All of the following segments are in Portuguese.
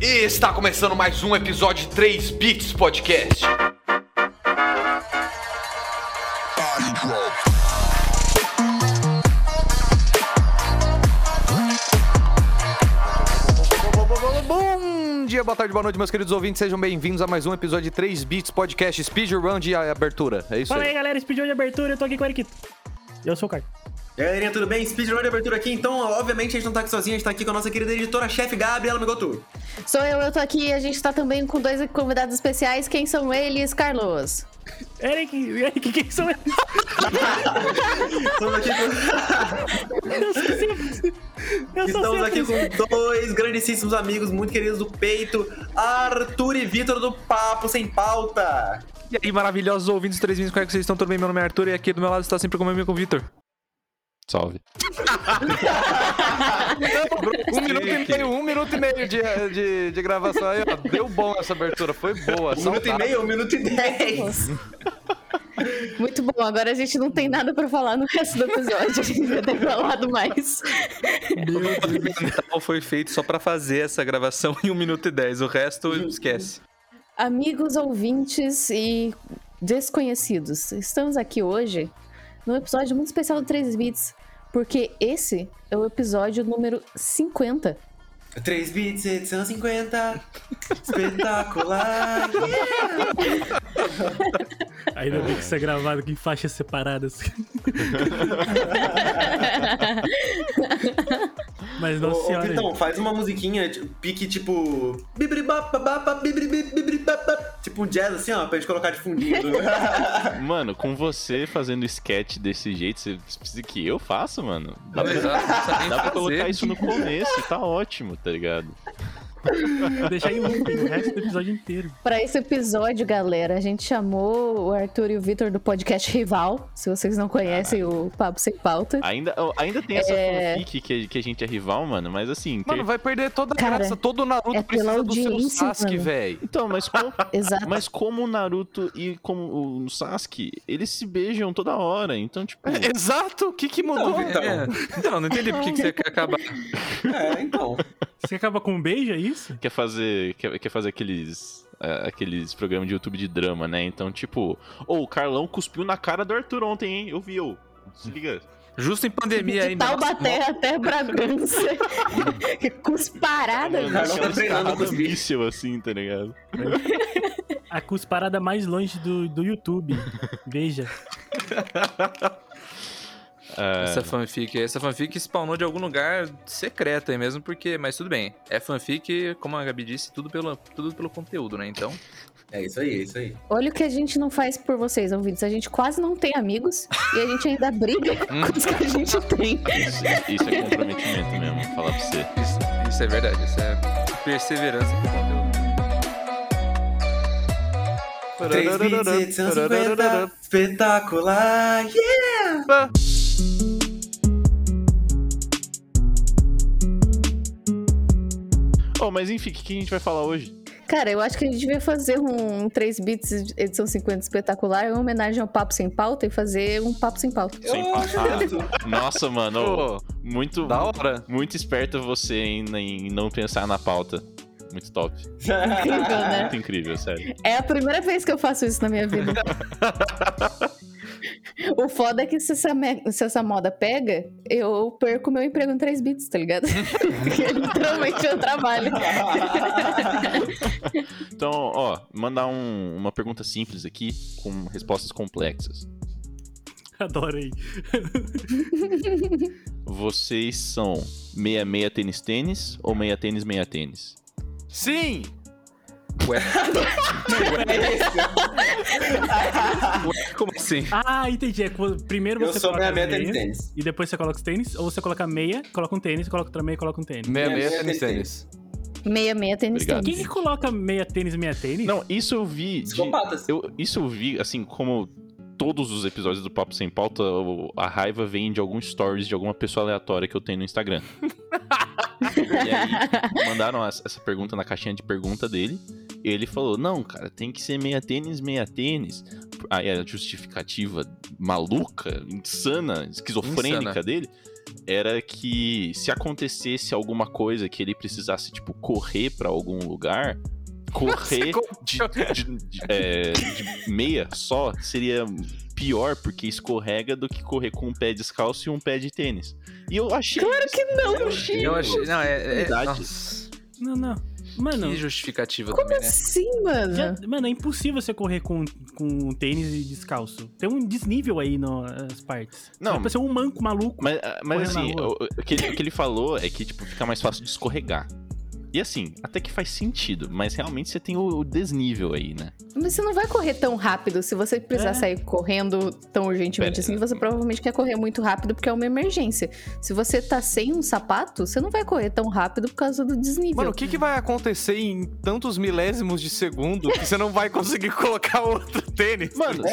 E está começando mais um episódio de 3 Beats Podcast. Bom dia, boa tarde, boa noite, meus queridos ouvintes. Sejam bem-vindos a mais um episódio de 3 Beats Podcast Speedrun de abertura. É isso Fala aí. aí, galera, Speedrun de abertura, eu tô aqui com o Eriquito. Eu sou o Caio. E aí, galerinha, tudo bem? Speedrun de abertura aqui, então, obviamente, a gente não tá aqui sozinho, a gente tá aqui com a nossa querida editora-chefe, Gabriela Migotu. Sou eu tô aqui e a gente tá também com dois convidados especiais. Quem são eles, Carlos? Eric, quem são eles? Estamos aqui Eu com dois grandíssimos amigos, muito queridos do peito, Arthur e Vitor do Papo Sem Pauta. E aí, maravilhosos ouvintes do 3 Beats, como é que vocês estão? Tudo bem? Meu nome é Arthur e aqui do meu lado está sempre com o meu amigo Vitor. Salve. Um minuto e meio de gravação aí, ó. Deu bom essa abertura, foi boa. 1 minuto e 10. Muito bom, agora a gente não tem nada pra falar no resto do episódio. A gente vai ter falado mais. O mental foi feito só pra fazer essa gravação em 1 minuto e 10. O resto, esquece. Amigos, ouvintes e desconhecidos, estamos aqui hoje num episódio muito especial do 3 Beats, porque esse é o episódio número 50. 3 Beats, edição 50. Espetacular. Ainda bem que isso é gravado aqui em faixas separadas. Mas nossa Ô, senhora. Vitão, faz uma musiquinha, pique tipo... Tipo um jazz assim, ó, pra gente colocar de fundinho. Mano, com você fazendo sketch desse jeito, você precisa que eu faça, mano? Dá pra colocar isso no começo, tá ótimo, tá ligado? Deixa aí o resto do episódio inteiro. Pra esse episódio, galera, a gente chamou o Arthur e o Vitor do podcast Rival. Se vocês não conhecem o Papo Sem Pauta. Ainda tem essa fanfic que a gente é rival, mano, mas assim... Mano, vai perder toda a Cara, graça. Todo Naruto é precisa pela do seu audiência, Sasuke, mano. velho. Então, Exato. mas como o Naruto e como o Sasuke, eles se beijam toda hora, então, tipo... Exato! O que mudou, Não, Vitão? Não entendi por que você quer acabar. Então. Você acaba com um beijo, é isso? Quer fazer aqueles programas de YouTube de drama, né? Então, tipo... o Carlão cuspiu na cara do Arthur ontem, hein? Eu vi, se liga. Justo em pandemia De ainda. Taubaté até Bragança. Cusparada. Carlão tá treinando Cada cuspir. míssil, assim, tá ligado? A cusparada mais longe do YouTube. Veja. Essa fanfic spawnou de algum lugar secreto aí mesmo, porque... Mas tudo bem. É fanfic, como a Gabi disse, tudo pelo conteúdo, né? Então... É isso aí. Olha o que a gente não faz por vocês, ouvintes. A gente quase não tem amigos e a gente ainda briga com os que a gente tem. Isso é comprometimento mesmo, vou falar pra você. Isso é verdade. Isso é perseverança pro conteúdo. 3 Beats, edição 50. Espetacular. Yeah! Mas enfim, o que a gente vai falar hoje? Cara, eu acho que a gente devia fazer um 3 Beats edição 50 espetacular em homenagem ao Papo Sem Pauta e fazer um Papo Sem Pauta. Sem passar. Nossa, mano, Pô, muito da hora. Muito esperto você em não pensar na pauta. Muito top. Incrível, né? Muito incrível, sério. É a primeira vez que eu faço isso na minha vida. O foda é que se essa moda pega, eu perco meu emprego em 3 Beats, tá ligado? Porque literalmente eu trabalho. Então, mandar uma pergunta simples aqui com respostas complexas. Adoro aí. Vocês são meia tênis ou meia tênis? Sim! Ué, como assim? Ah, entendi. Primeiro Eu você sou coloca as meia meias, tênis. e depois você coloca os tênis, ou você coloca meia, coloca um tênis, coloca outra meia, coloca um tênis. Meia tênis. Meia tênis Obrigado. Quem tênis. que coloca meia tênis? Não, isso eu vi. Psicopatas. Isso eu vi, assim, como todos os episódios do Papo Sem Pauta, a raiva vem de alguns stories de alguma pessoa aleatória que eu tenho no Instagram. E aí, mandaram essa pergunta na caixinha de pergunta dele. E ele falou, não, cara, tem que ser meia tênis. Aí a justificativa maluca, insana, esquizofrênica Insana. dele era que se acontecesse alguma coisa que ele precisasse, tipo, correr pra algum lugar, correr de meia só seria pior, porque escorrega, do que correr com um pé descalço e um pé de tênis. E eu achei... Claro que não, Eu achei. Não, Verdade. Nossa, Não. Mano, que justificativa como também, né? assim, mano? mano, é impossível você correr com tênis e descalço. Tem um desnível aí nas partes. Não. Vai parecer um manco maluco. Mas Correndo assim, na rua. o que ele falou é que, tipo, fica mais fácil de escorregar. E assim, até que faz sentido, mas realmente você tem o desnível aí, né? Mas você não vai correr tão rápido. Se você precisar sair correndo tão urgentemente assim, você provavelmente quer correr muito rápido porque é uma emergência. Se você tá sem um sapato, você não vai correr tão rápido por causa do desnível. Mano, o que vai acontecer em tantos milésimos de segundo que você não vai conseguir colocar outro tênis? Mano,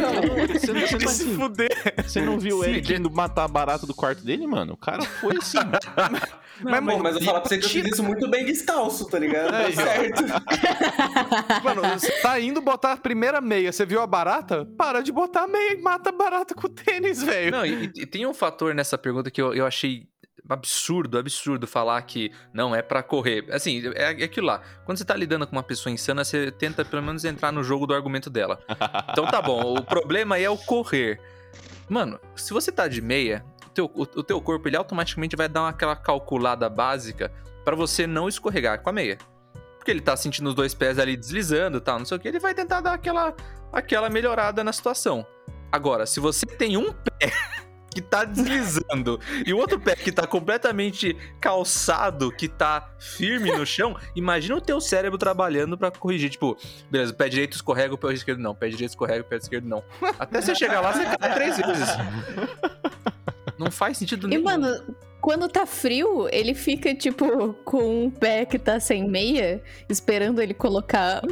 você não viu ele querendo matar a barata do quarto dele, mano? O cara foi assim. Mas eu falo pra você que eu fiz isso muito bem descalço, tá ligado? Deu certo. Mano, você tá indo botar a primeira meia, você viu a barata? Para de botar a meia e mata a barata com o tênis, velho. Não, e tem um fator nessa pergunta que eu achei absurdo falar que não é pra correr. Assim, é aquilo lá. Quando você tá lidando com uma pessoa insana, você tenta pelo menos entrar no jogo do argumento dela. Então tá bom, o problema aí é o correr. Mano, se você tá de meia, o teu corpo ele automaticamente vai dar aquela calculada básica pra você não escorregar com a meia. Porque ele tá sentindo os dois pés ali deslizando e tal, não sei o que, ele vai tentar dar aquela melhorada na situação. Agora, se você tem um pé que tá deslizando e o outro pé que tá completamente calçado, que tá firme no chão, imagina o teu cérebro trabalhando pra corrigir, tipo, beleza, o pé direito escorrega, o pé esquerdo não, o pé direito escorrega, o pé esquerdo não. Até você chegar lá, você cai 3 vezes. Não faz sentido nenhum. E, mano, quando tá frio, ele fica, tipo, com um pé que tá sem meia, esperando ele colocar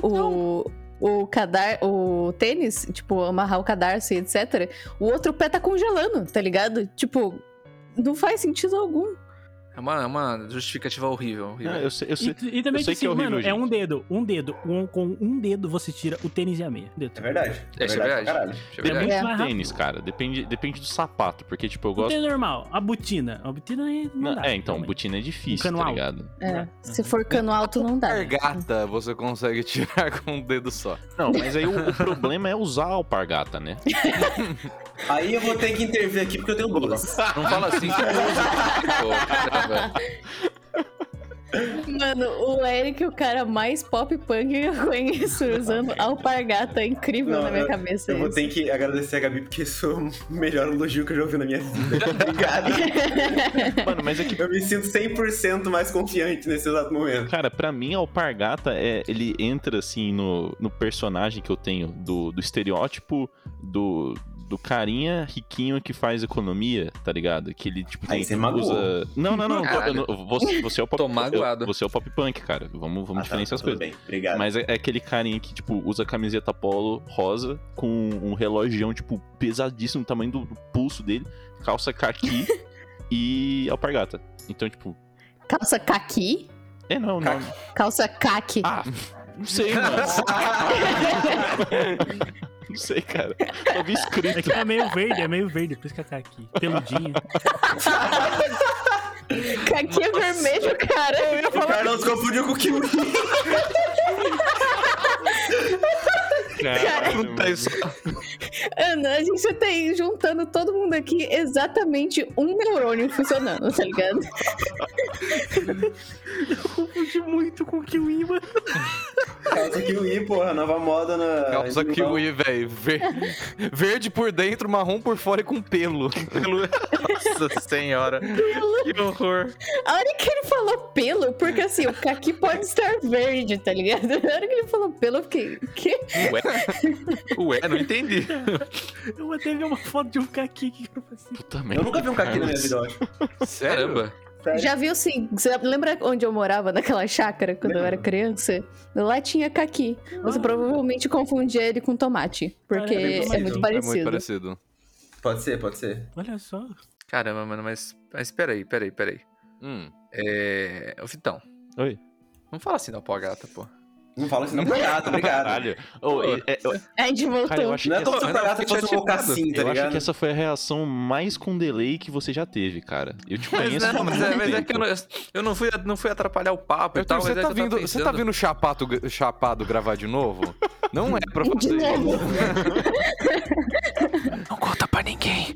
o tênis, tipo, amarrar o cadarço e etc. O outro pé tá congelando, tá ligado? Tipo, não faz sentido algum. É uma justificativa horrível. Eu sei E também, que assim, é horrível, mano, gente. é um dedo. Com um dedo você tira o tênis e a meia. É verdade. Isso é verdade. pra caralho. Isso é É verdade. muito mais rápido. Tênis, cara, depende do sapato, porque, tipo, eu O gosto... tênis normal, a botina. A botina aí não dá. então, realmente. botina é difícil, cano tá alto. ligado? É, se for cano alto, não dá. Alpargata você consegue tirar com um dedo só. Não, mas aí o problema é usar a alpargata, né? Aí eu vou ter que intervir aqui porque eu tenho dúvidas. Não fala assim que eu uso. Pô, caramba. Mano, o Eric é o cara mais pop punk que eu conheço usando alpargata. É incrível na minha cabeça Eu vou isso. ter que agradecer a Gabi porque isso é o melhor elogio que eu já ouvi na minha vida. Obrigado. Mano, mas é que, Eu me sinto 100% mais confiante nesse exato momento. cara, pra mim a alpargata ele entra, assim, no personagem que eu tenho, do estereótipo do carinha riquinho que faz economia, tá ligado? Que ele, tipo, Aí você magoou. usa... Não. Caralho. Você é o pop... Tô magoado. Você é o pop punk, cara. Vamos diferenciar as tudo coisas. bem, obrigado. Mas é aquele carinha que, tipo, usa camiseta polo rosa com um relogião, tipo, pesadíssimo, tamanho do pulso dele, calça caqui e alpargata. Então, tipo... Calça caqui? Não. Calça caque. Ah, não sei, mano. Não sei, cara. Só vi É escrito. que é meio verde, por isso que tá aqui. Peludinho. Caqui é vermelho, cara. O Carlos confundiu com o Kiwi. Caralho, mano. Ana, a gente tá aí juntando todo mundo aqui exatamente um neurônio funcionando, tá ligado? Confundi muito com o Kiwi, mano. Calça Kiwi, porra, nova moda na... Calça kiwi, velho. Verde por dentro, marrom por fora e com pelo. Nossa senhora. Que horror. A hora que ele falou pelo, porque assim, o caqui pode estar verde, tá ligado? Na hora que ele falou pelo, eu fiquei... Quê? Ué, não entendi. Eu até vi uma foto de um caqui que eu falei assim. Puta merda. Eu nunca vi um caqui na minha vida, eu acho. Caramba. Sério? Já viu sim? Você lembra onde eu morava, naquela chácara, quando eu era criança? Lá tinha caqui. Você provavelmente confundia ele com tomate, porque É, é muito parecido. É muito parecido. Pode ser. Olha só. Caramba, mano, mas peraí. Ô, Vitão, Oi. não fala assim da alpargata, pô. Não fala assim, não. Obrigado. Caralho. A gente voltou. Cara, eu acho Não é que como se o palhaço fosse um mocassim, tá eu acho ligado? que essa foi a reação mais com delay que você já teve, cara. Eu te conheço. Mas, não, há mas, muito mas é que tempo. eu não fui atrapalhar o papo e tal, Você mas é tá que eu tava vindo, você tá pensando. vindo chapado gravar de novo? Não é pra De fazer novo. isso. Não conta pra ninguém.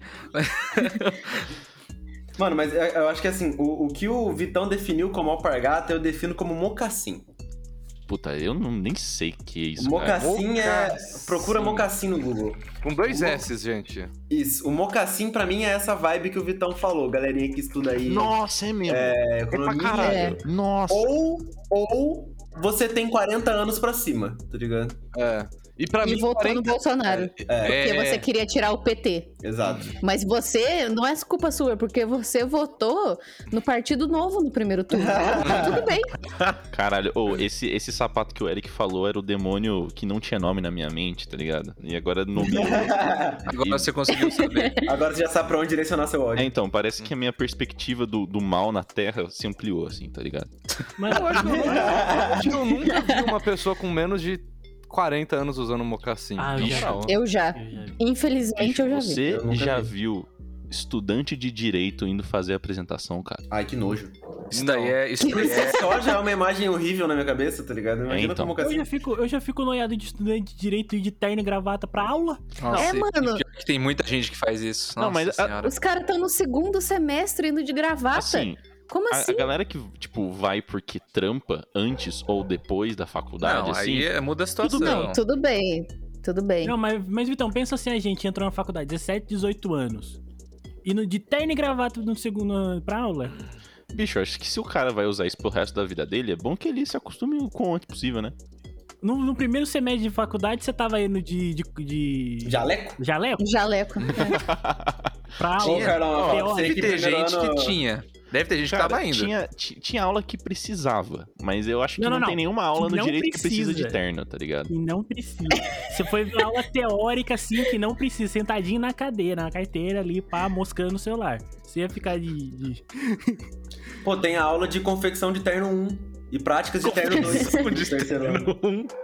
Mano, mas eu acho que assim, o que o Vitão definiu como alpargata, eu defino como mocassim. Puta, eu nem sei o que é isso, cara. Mocassim é... Mocassim. Procura mocassim no Google. Com 2 S, gente. Isso, o mocassim pra mim é essa vibe que o Vitão falou, galerinha que estuda aí. Nossa, é mesmo. Economia. caralho. Nossa. Ou você tem 40 anos pra cima, tá ligado? É. E pra E mim, votou no 40... Bolsonaro. Porque você queria tirar o PT. Exato. Mas você, não é culpa sua, porque você votou no Partido Novo no primeiro turno. Tá tudo bem. Caralho, esse sapato que o Eric falou era o demônio que não tinha nome na minha mente, tá ligado? E agora nomeou. Agora você conseguiu saber. Agora você já sabe pra onde direcionar seu ódio. Então, parece que a minha perspectiva do mal na Terra se ampliou, assim, tá ligado? Mas Eu acho que eu nunca vi uma pessoa com menos de 40 anos usando mocassim. Ah, eu já Não. Eu já. eu já vi. Infelizmente, eu já vi. Você Eu nunca já vi. viu estudante de direito indo fazer a apresentação, cara? Ai, que nojo. Isso daí é. Isso daí é. Só já é uma imagem horrível na minha cabeça, tá ligado? Imagina então. como mocassim. Eu já fico noiado de estudante de direito e de terno e gravata pra aula. Nossa, É, e mano. pior que tem muita gente que faz isso. Não, Nossa mas a- senhora. Os caras estão no segundo semestre indo de gravata. Assim, Como a assim? galera que, tipo, vai porque trampa antes ou depois da faculdade, Não, assim... aí muda a situação. Não, tudo bem. Tudo bem. Não, mas Vitão, pensa assim, a gente entrou na faculdade, 17, 18 anos. Indo de terno e gravata no segundo pra aula. Bicho, eu acho que se o cara vai usar isso pro resto da vida dele, é bom que ele se acostume com o antes possível, né? No primeiro semestre de faculdade, você tava indo de Jaleco? jaleco Jaleco. pra Ô, aula. Carlão, ó, Teórico. você Deve que ter primeiro gente ano- que tinha. Deve ter gente que Cara, tava indo. tinha aula que precisava, mas eu acho que Não, não, não, tem não. nenhuma aula no Não direito que precisa de precisa. terno, tá ligado? E não precisa. Você foi ver aula teórica, assim, que não precisa. Sentadinho na cadeira, na carteira ali, pá, moscando o celular. Você ia ficar de... Pô, tem a aula de confecção de terno 1 e práticas de terno 2. Terceiro ano.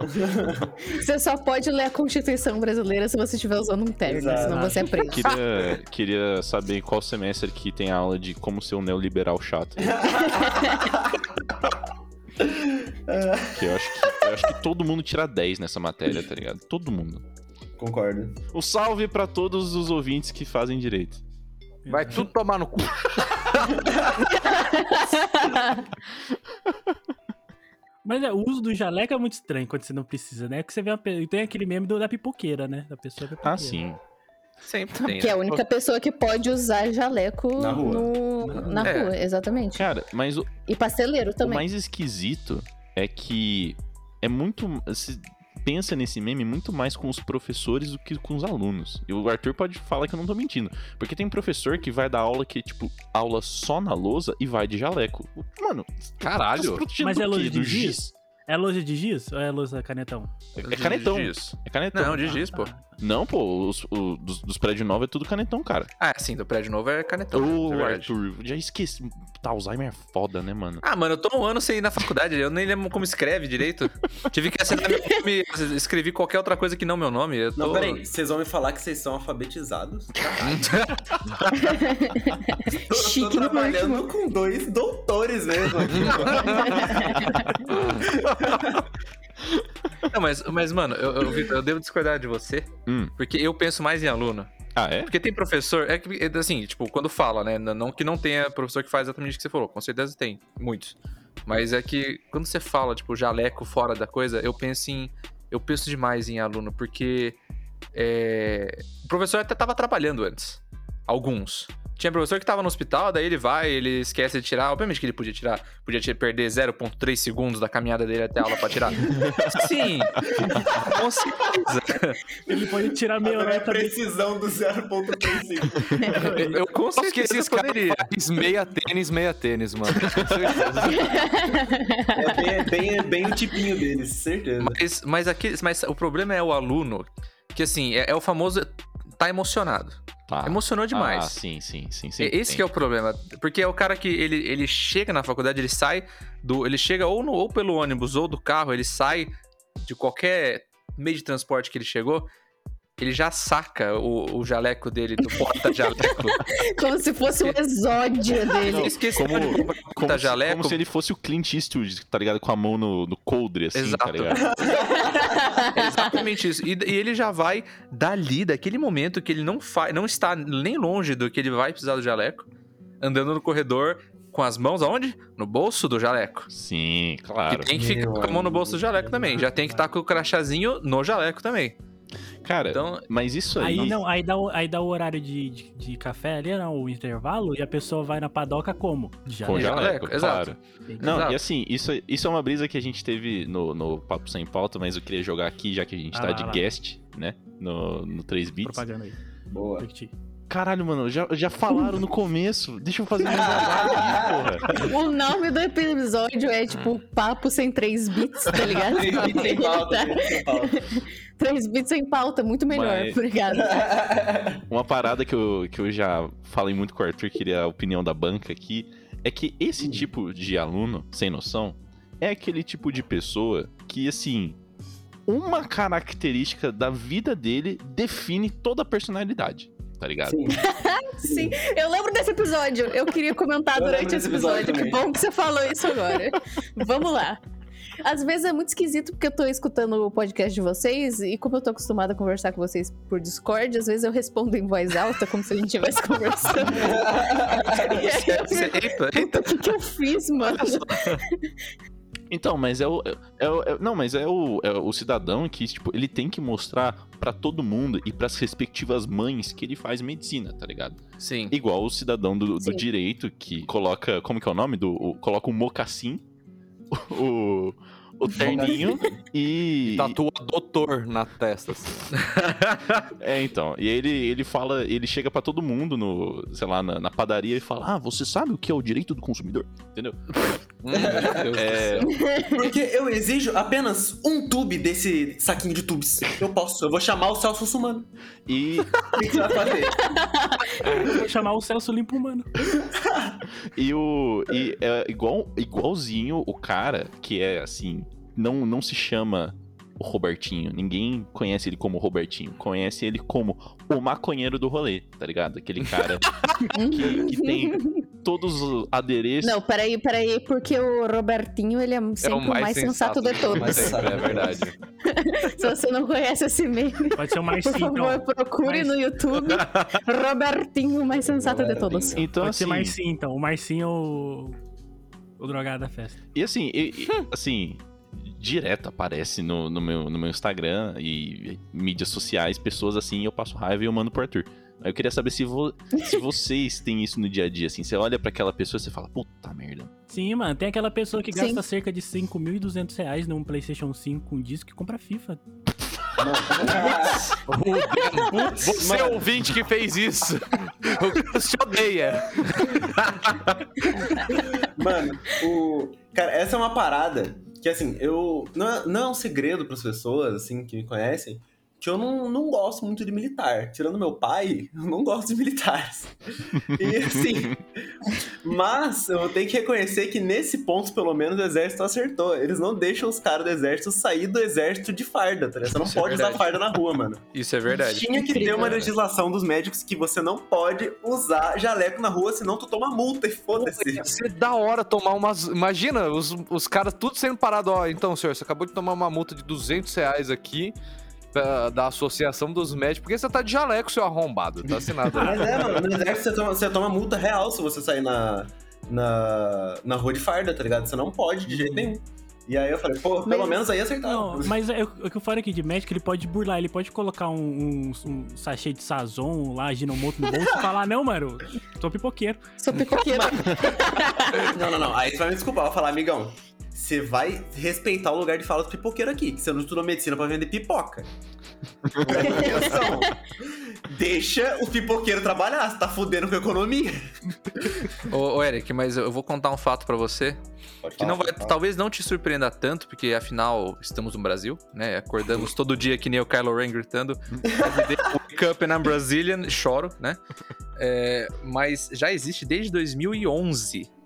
Você só pode ler a Constituição brasileira se você estiver usando um terno, Exato. senão você é preso. Queria saber qual semestre que tem a aula de como ser um neoliberal chato. Que eu acho que todo mundo tira 10 nessa matéria, tá ligado? Todo mundo. Concordo. Um salve pra todos os ouvintes que fazem direito. Vai tudo tomar no cu. Mas o uso do jaleco é muito estranho quando você não precisa, né? Porque você vê tem aquele meme da pipoqueira, né? Da pessoa pipoqueira. Ah, sim. Sempre tem. Que é né? a única pessoa que pode usar jaleco Na rua. na É. rua, exatamente. Cara, mas o E pasteleiro também. mais esquisito é que é muito... Se pensa nesse meme muito mais com os professores do que com os alunos. E o Arthur pode falar que eu não tô mentindo. Porque tem professor que vai dar aula que, tipo, aula só na lousa e vai de jaleco. Mano, Caralho. tá se protegendo Mas do é quê? lousa de Do giz? É lousa de giz ou é lousa canetão? É canetão. De giz. É canetão. Não, de giz, pô. Não, pô, dos prédios novos é tudo canetão, cara. Ah, sim, do prédio novo é canetão. Ô, é verdade. Arthur, já esqueci. Tá, Alzheimer é foda, né, mano? Ah, mano, eu tô um ano sem ir na faculdade, eu nem lembro como escreve direito. Tive que assinar meu nome, escrevi qualquer outra coisa que não meu nome. Eu tô... Não, peraí, vocês vão me falar que vocês são alfabetizados? Tô Chique no trabalhando com 2 doutores mesmo aqui. Não, mas mano, Vitor, eu devo discordar de você, porque eu penso mais em aluno. Ah, é? Porque tem professor, assim, tipo, quando fala, né, não que não tenha professor que faz exatamente o que você falou, com certeza tem, muitos. Mas é que quando você fala, tipo, jaleco fora da coisa, eu penso demais em aluno, porque o professor até tava trabalhando antes, alguns. Tinha professor que tava no hospital, daí ele esquece de tirar. Obviamente que ele podia perder 0,3 segundos da caminhada dele até a aula pra tirar. Sim, com certeza. Ele pode tirar meia hora também. Precisão do 0.35. Eu com Acho que certeza esses caras poderia. fazem meia tênis, mano. Com certeza. É bem o tipinho deles, certeza. Mas o problema é o aluno, que assim, é o famoso tá emocionado. Tá. Emocionou demais. Ah, sim. Esse que é o problema. Porque é o cara que ele chega na faculdade, ele sai ele chega ou pelo ônibus ou do carro, ele sai de qualquer meio de transporte que ele chegou, ele já saca o jaleco dele do porta-jaleco. Como se fosse o exódio dele. Esqueci como se ele fosse o Clint Eastwood, tá ligado? Com a mão no coldre, assim, Exato. tá ligado? É exatamente isso. E ele já vai daquele momento que ele não está nem longe do que ele vai precisar do jaleco, andando no corredor com as mãos aonde? No bolso do jaleco. Sim, claro. Que tem que ficar com a mão no bolso do jaleco também. Já tem que estar com o crachazinho no jaleco também. Cara, Então, mas isso aí... Aí dá o horário de café ali, não, o intervalo, e a pessoa vai na padoca como? Com jaleco, exato. claro. Não, Exato. e assim, isso é uma brisa que a gente teve no Papo Sem Pauta, mas eu queria jogar aqui, já que a gente tá de guest, né? No 3 Bits. Propaganda aí. Boa. Caralho, mano, já falaram no começo. Deixa eu fazer meu trabalho aqui, porra. O nome do episódio é tipo Papo Sem 3 Bits, tá ligado? 3 bits sem pauta, 3 bits sem pauta. 3 Bits sem pauta, muito melhor, Mas- obrigado. Uma parada que eu já falei muito com o Arthur, queria a opinião da banca aqui, é que esse tipo de aluno, sem noção, é aquele tipo de pessoa que, assim, uma característica da vida dele define toda a personalidade, tá ligado? Sim. Sim, eu lembro desse episódio. Eu queria comentar Eu durante lembro esse desse episódio episódio. Que também. bom que você falou isso agora. Vamos lá. Às vezes é muito esquisito porque eu tô escutando o podcast de vocês e como eu tô acostumada a conversar com vocês por Discord, às vezes eu respondo em voz alta, como se a gente estivesse conversando. E aí eu fico, Eita. o que eu fiz, mano? Então, mas é o cidadão que, tipo, ele tem que mostrar pra todo mundo e pras respectivas mães que ele faz medicina, tá ligado? Sim. Igual o cidadão do Sim. direito que coloca, como que é o nome? Coloca o mocassim, o terninho e... Tatua doutor na testa. Assim. Então, e ele fala, ele chega pra todo mundo sei lá, na padaria e fala, você sabe o que é o direito do consumidor? Entendeu? Meu Deus do céu. Porque eu exijo apenas um tube desse saquinho de tubes. Eu vou chamar o Celso Russomano. E, O que você vai fazer? Eu vou chamar o Celso Limpo Humano. e é igualzinho o cara que é assim, não se chama o Robertinho. Ninguém conhece ele como Robertinho. Conhece ele como o maconheiro do rolê, tá ligado? Aquele cara que tem todos os adereços. Não, peraí, porque o Robertinho, ele é sempre o mais sensato de todos. Mas é verdade. Se você não conhece esse meme, Pode ser o por Marcinho, favor, então. procure no YouTube Robertinho, o mais sensato de todos. Então, Pode ser assim, Marcinho, então. O Marcinho o drogado da festa. e assim, assim, direto aparece no meu Instagram e mídias sociais, pessoas assim, eu passo raiva e eu mando pro Arthur. Aí eu queria saber se vocês têm isso no dia a dia, assim. Você olha pra aquela pessoa e você fala, puta merda. Sim, mano. Tem aquela pessoa que Sim. gasta cerca de R$5.200 num PlayStation 5 com disco e compra FIFA. Você ouvinte que fez isso. O se odeia. Mano, cara, essa é uma parada que, assim, não é um segredo pras pessoas, assim, que me conhecem, que eu não gosto muito de militar. Tirando meu pai, eu não gosto de militares. E, assim... Mas eu tenho que reconhecer que nesse ponto, pelo menos, o exército acertou. Eles não deixam os caras do exército sair do exército de farda, tá ligado? Você não Isso é pode usar verdade. farda na rua, mano. Isso é verdade. Tinha que ter Incrível, uma né? legislação dos médicos que você não pode usar jaleco na rua, senão tu toma multa e foda-se. Ia ser da hora tomar umas... Imagina, os caras tudo sendo parado. Ó, então, senhor, você acabou de tomar uma multa de R$200 aqui da Associação dos Médicos, porque você tá de jaleco, seu arrombado. Tá assinado aí. Mas mano, no exército você toma multa real se você sair na rua de farda, tá ligado? Você não pode de jeito nenhum. E aí eu falei, pô, pelo menos aí acertaram. Não, mas o que eu falo aqui de médico, ele pode burlar, ele pode colocar um sachê de Sazon lá, Ginomoto no bolso e falar, não, mano, tô pipoqueiro. Sou pipoqueiro. Não. Aí você vai me desculpar, eu vou falar, amigão, você vai respeitar o lugar de fala do pipoqueiro aqui, que você não estudou medicina pra vender pipoca. Atenção. Deixa o pipoqueiro trabalhar, você tá fudendo com a economia. Ô, Eric, mas eu vou contar um fato pra você que não vai, talvez não te surpreenda tanto, porque afinal estamos no Brasil, né? Acordamos todo dia que nem o Kylo Ren gritando Wake up and I'm Brazilian, choro, né? Mas já existe desde 2011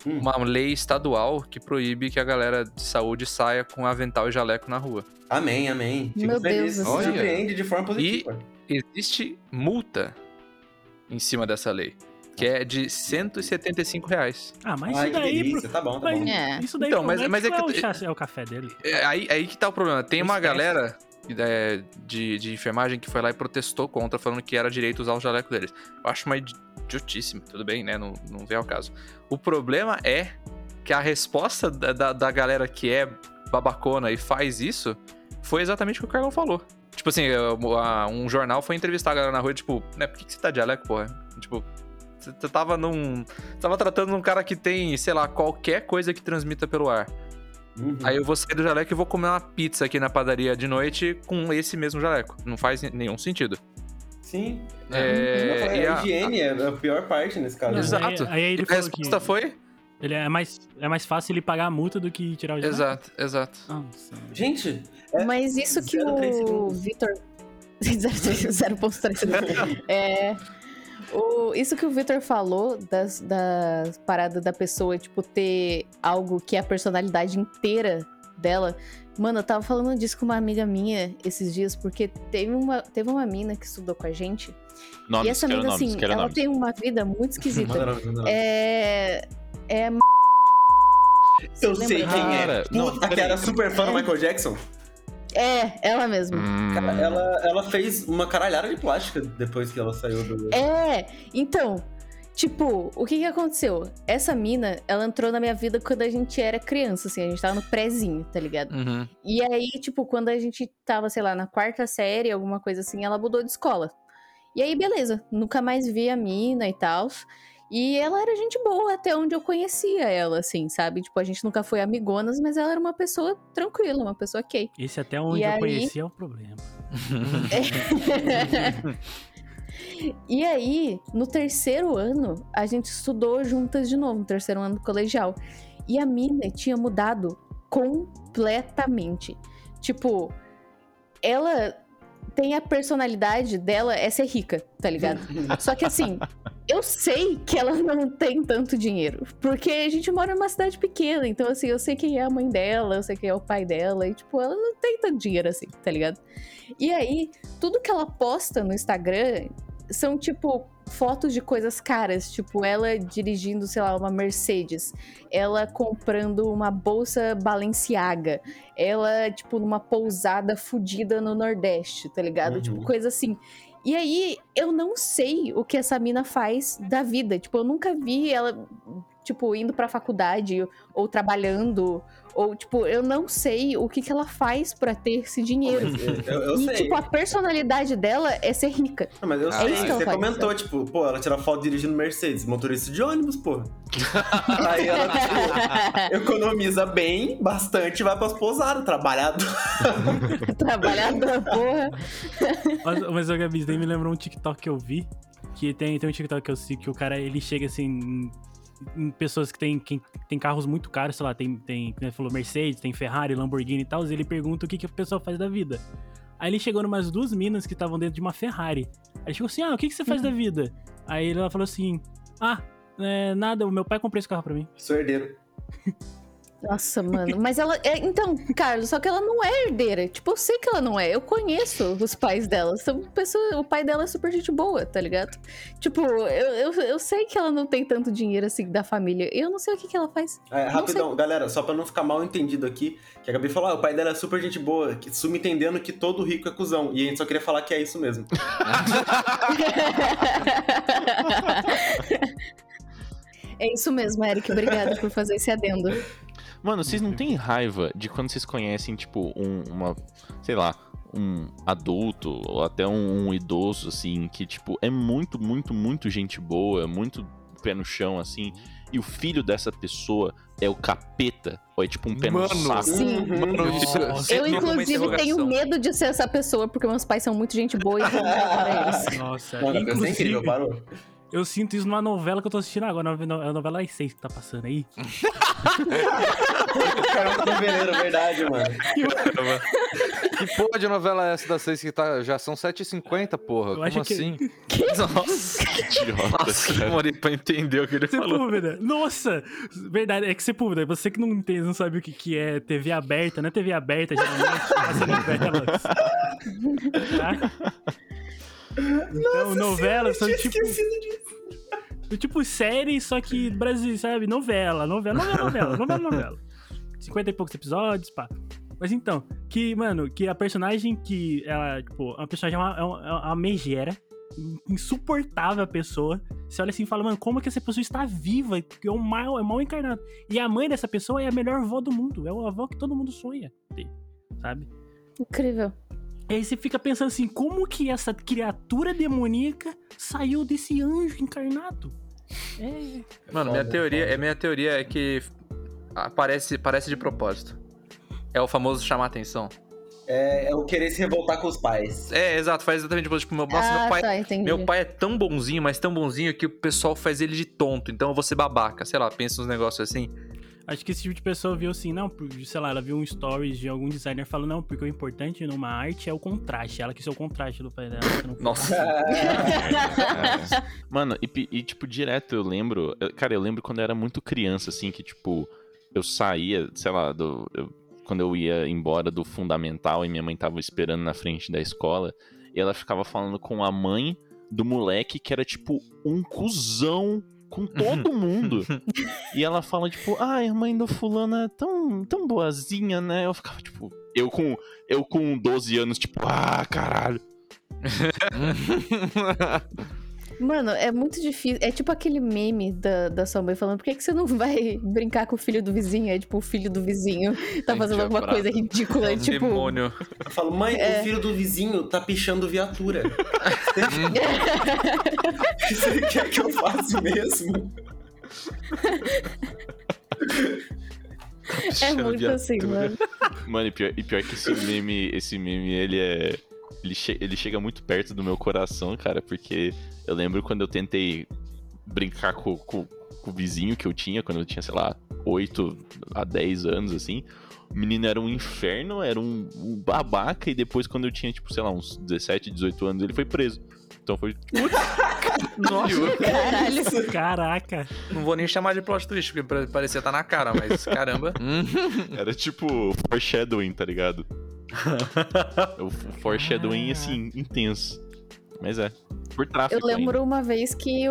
uma lei estadual que proíbe que a galera de saúde saia com avental e jaleco na rua. Amém, amém. Fico Meu feliz. Deus do Me céu. surpreende de forma positiva. Existe multa em cima dessa lei, que é de R$175. Ah, mas Ai, isso que daí... delícia. Tá bom, tá mas bom. É. Isso daí Então, pro mas médico é que- é o chá, é o café dele. Aí que tá o problema. Tem uma Estresse. galera de enfermagem que foi lá e protestou contra, falando que era direito usar o jaleco deles. Eu acho uma idiotíssimo, tudo bem, né? Não vem ao caso. O problema é que a resposta da galera que é babacona e faz isso foi exatamente o que o Carlão falou. Tipo assim, um jornal foi entrevistar a galera na rua, tipo, né, por que você tá de jaleco, porra? Tipo, você tava tratando um cara que tem, sei lá, qualquer coisa que transmita pelo ar. Uhum. Aí eu vou sair do jaleco e vou comer uma pizza aqui na padaria de noite com esse mesmo jaleco. Não faz nenhum sentido. Sim. É, e a higiene é a pior parte nesse caso. Não, né? Exato. Aí ele E a falou resposta que foi? ele é mais fácil ele pagar a multa do que tirar o dinheiro. Exato. Nossa. Gente, Mas isso que 0,3 o segundos. Vitor. 0,3 segundos. Isso que o Vitor falou das paradas da pessoa, tipo, ter algo que é a personalidade inteira dela. Mano, eu tava falando disso com uma amiga minha esses dias, porque teve uma mina que estudou com a gente. Nomes, e essa quero mina, nomes, assim, quero ela nomes. tem uma vida muito esquisita. manda nome. É. Eu Você sei lembra? quem é. Cara, não, Puta, que peraí. era super fã do Michael Jackson. É, ela mesma. Cara, ela fez uma caralhada de plástica depois que ela saiu do... Então, tipo, o que aconteceu? Essa mina, ela entrou na minha vida quando a gente era criança, assim, a gente tava no prézinho, tá ligado? Uhum. E aí, tipo, quando a gente tava, sei lá, na 4ª série, alguma coisa assim, ela mudou de escola. E aí, beleza, nunca mais vi a mina e tal. E ela era gente boa até onde eu conhecia ela, assim, sabe? Tipo, a gente nunca foi amigonas, mas ela era uma pessoa tranquila, uma pessoa ok. Esse até onde E eu aí- conheci é o problema. E aí, no 3º ano, a gente estudou juntas de novo, no 3º ano do colegial. E a mina tinha mudado completamente. Tipo, ela tem a personalidade dela é ser rica, tá ligado? Só que assim, eu sei que ela não tem tanto dinheiro. Porque a gente mora numa cidade pequena. Então, assim, eu sei quem é a mãe dela, eu sei quem é o pai dela. E, tipo, ela não tem tanto dinheiro assim, tá ligado? E aí, tudo que ela posta no Instagram são, tipo, fotos de coisas caras. Tipo, ela dirigindo, sei lá, uma Mercedes. Ela comprando uma bolsa Balenciaga. Ela, tipo, numa pousada fodida no Nordeste, tá ligado? Uhum. Tipo, coisa assim. E aí, eu não sei o que essa mina faz da vida. Tipo, eu nunca vi ela, tipo, indo pra faculdade ou trabalhando. Ou, tipo, eu não sei o que ela faz pra ter esse dinheiro. Eu E, sei. tipo, a personalidade dela é ser rica. Não, mas eu É sei, isso que ela você faz, comentou, tipo, pô, ela tira foto dirigindo Mercedes, motorista de ônibus, porra. Aí ela, tipo, economiza bem, bastante, e vai pras pousadas, trabalhado. Trabalhadora, porra. Mas o Gabi, isso daí me lembrou um TikTok que eu vi. Que tem um TikTok que eu sigo que o cara, ele chega assim em pessoas que tem carros muito caros, sei lá, tem, como ele falou, Mercedes, tem Ferrari, Lamborghini e tal, e ele pergunta o que a pessoa faz da vida. Aí ele chegou numas 2 minas que estavam dentro de uma Ferrari. Aí ele chegou assim, o que você faz da vida? Aí ela falou assim, nada, o meu pai comprou esse carro pra mim. Sou herdeiro. Nossa, mano. Mas ela. Então, Carlos, só que ela não é herdeira. Tipo, eu sei que ela não é. Eu conheço os pais dela. O pai dela é super gente boa, tá ligado? Tipo, eu sei que ela não tem tanto dinheiro assim da família. Eu não sei o que ela faz. Rapidão, galera, só pra não ficar mal entendido aqui, que a Gabi falou, o pai dela é super gente boa, subentendendo que todo rico é cuzão. E a gente só queria falar que é isso mesmo. É isso mesmo, Eric. Obrigada por fazer esse adendo. Mano, vocês não têm raiva de quando vocês conhecem, tipo, sei lá, um adulto ou até um idoso, assim, que, tipo, é muito, muito, muito gente boa, muito pé no chão, assim, e o filho dessa pessoa é o capeta, ou é tipo um pé no Mano, saco? Sim. Mano, isso, Nossa. Eu, Uma inclusive, interrogação. tenho medo de ser essa pessoa, porque meus pais são muito gente boa e vão para eles. Nossa, Mano, a pessoa é incrível, inclusive, parou. Eu sinto isso numa novela que eu tô assistindo agora. A novela das 6 que tá passando aí. Caramba, noveleiro, verdade, mano. Que porra de novela é essa das 6 que tá... Já são 7h50, porra. Eu Como acho que- assim? Nossa, Que idiota, nossa, cara. demorei pra entender o que ele falou. Sepúlveda. Nossa! Verdade, é que Sepúlveda, você que não entende, não sabe o que é TV aberta, não é TV aberta, geralmente, passa novelas. Tá? Então, novelas são tipo... Tipo série, só que Brasil, sabe? Novela. 50 e poucos episódios, pá. Mas então, que a personagem que ela, tipo, a personagem é uma megera, insuportável a pessoa. Você olha assim e fala, mano, como que essa pessoa está viva? É mal encarnado. E a mãe dessa pessoa é a melhor avó do mundo. É a avó que todo mundo sonha ter, sabe? Incrível. E aí você fica pensando assim, como que essa criatura demoníaca saiu desse anjo encarnado? Mano, minha teoria é que parece de propósito. É o famoso chamar atenção. É o querer se revoltar com os pais. É, exato, faz exatamente tipo, meu pai, Tá, entendi. meu pai é tão bonzinho, mas tão bonzinho que o pessoal faz ele de tonto, então eu vou ser babaca, sei lá, pensa uns negócios assim. Acho que esse tipo de pessoa viu assim, não, sei lá, ela viu um stories de algum designer falando, não, porque o importante numa arte é o contraste. Ela quis ser o contraste do pai dela. Não foi Nossa. Mano, e tipo, direto eu lembro... Cara, eu lembro quando eu era muito criança, assim, que tipo... Eu saía, sei lá, quando eu ia embora do fundamental e minha mãe tava esperando na frente da escola, e ela ficava falando com a mãe do moleque que era tipo um cuzão com todo mundo. E ela fala, tipo, ai, a mãe do fulano é tão boazinha, né? Eu ficava, tipo... Eu com 12 anos, tipo, ah, caralho. Mano, é muito difícil. É tipo aquele meme da sua mãe falando, por que você não vai brincar com o filho do vizinho? É tipo, o filho do vizinho tá fazendo alguma bravo. coisa ridícula. É um tipo, demônio. Eu falo, mãe, o filho do vizinho tá pichando viatura. Você quer que eu faça mesmo? é muito assim, mano. Mano, e pior que esse meme, ele chega muito perto do meu coração, cara, porque eu lembro quando eu tentei brincar com o vizinho que eu tinha, quando eu tinha, sei lá, 8 a 10 anos, assim. O menino era um inferno, era um babaca, e depois quando eu tinha, tipo, sei lá, uns 17, 18 anos, ele foi preso. Então foi... Nossa, Caralho. Caraca. não vou nem chamar de plot twist, porque parecia estar na cara, mas caramba. Era tipo foreshadowing, tá ligado? O foreshadowing, assim, intenso. Mas por tráfico Eu lembro ainda. uma vez que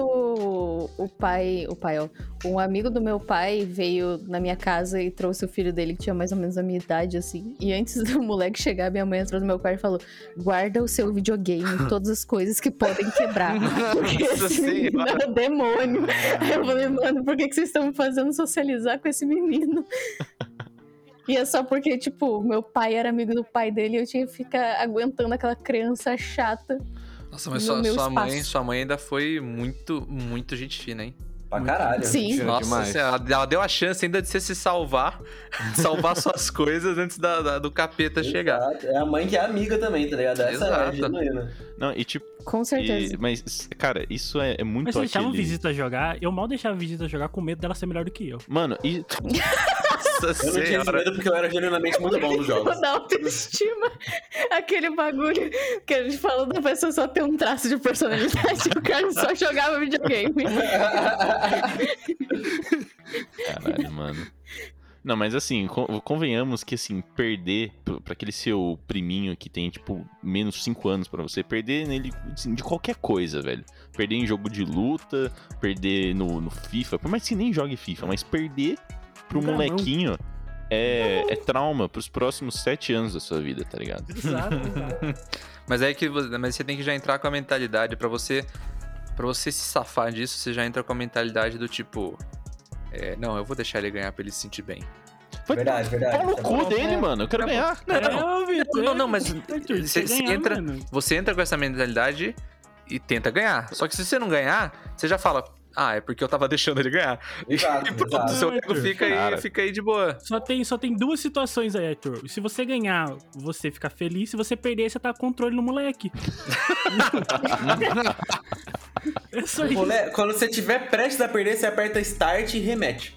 um amigo do meu pai veio na minha casa e trouxe o filho dele, que tinha mais ou menos a minha idade, assim. E antes do moleque chegar, minha mãe entrou no meu quarto e falou, guarda o seu videogame, todas as coisas que podem quebrar. Porque Nossa esse menino Senhora. é um demônio. Aí eu falei, mano, por que vocês estão me fazendo socializar com esse menino? E é só porque, tipo, meu pai era amigo do pai dele e eu tinha que ficar aguentando aquela criança chata. Nossa, mas No meu sua espaço. mãe ainda foi muito, muito gente fina, hein? Pra caralho. Sim. Mentira Nossa demais. senhora, ela deu a chance ainda de você se salvar suas coisas antes do capeta chegar. Exato. É a mãe que é amiga também, tá ligado? Essa é a Exato. genuína. Não, e tipo... Com certeza. Mas, cara, isso é muito Mas você deixava o aquele... visita jogar, eu mal deixava a visita jogar com medo dela ser melhor do que eu. Mano, e... Nossa Eu não tinha esse senhora. medo porque eu era genuinamente muito bom nos jogos. Da autoestima, aquele bagulho que a gente falou da pessoa só ter um traço de personalidade, o cara só jogava videogame. Caralho, mano. Não, mas assim, convenhamos que, assim, perder pra aquele seu priminho que tem, tipo, menos 5 anos pra você, perder nele, assim, de qualquer coisa, velho. Perder em jogo de luta, perder no FIFA, por mais que você nem jogue FIFA, mas perder pro Não. molequinho é trauma pros próximos 7 anos da sua vida, tá ligado? Exato, exato. Mas é que mas você tem que já entrar com a mentalidade pra você se safar disso, você já entra com a mentalidade do tipo, não, eu vou deixar ele ganhar pra ele se sentir bem. Verdade, verdade. Pau no cu dele, mano, eu quero ganhar. Não, mas Arthur, você ganhar, entra, mano. você entra com essa mentalidade e tenta ganhar. Só que se você não ganhar, você já fala, é porque eu tava deixando ele ganhar. Exato, E pronto, exato. seu ego Arthur. Cara. fica aí de boa. Só tem duas situações aí, Arthur. Se você ganhar, você fica feliz. Se você perder, você tá com controle no moleque. É só O isso. rolê, quando você tiver prestes a perder, você aperta Start e remete.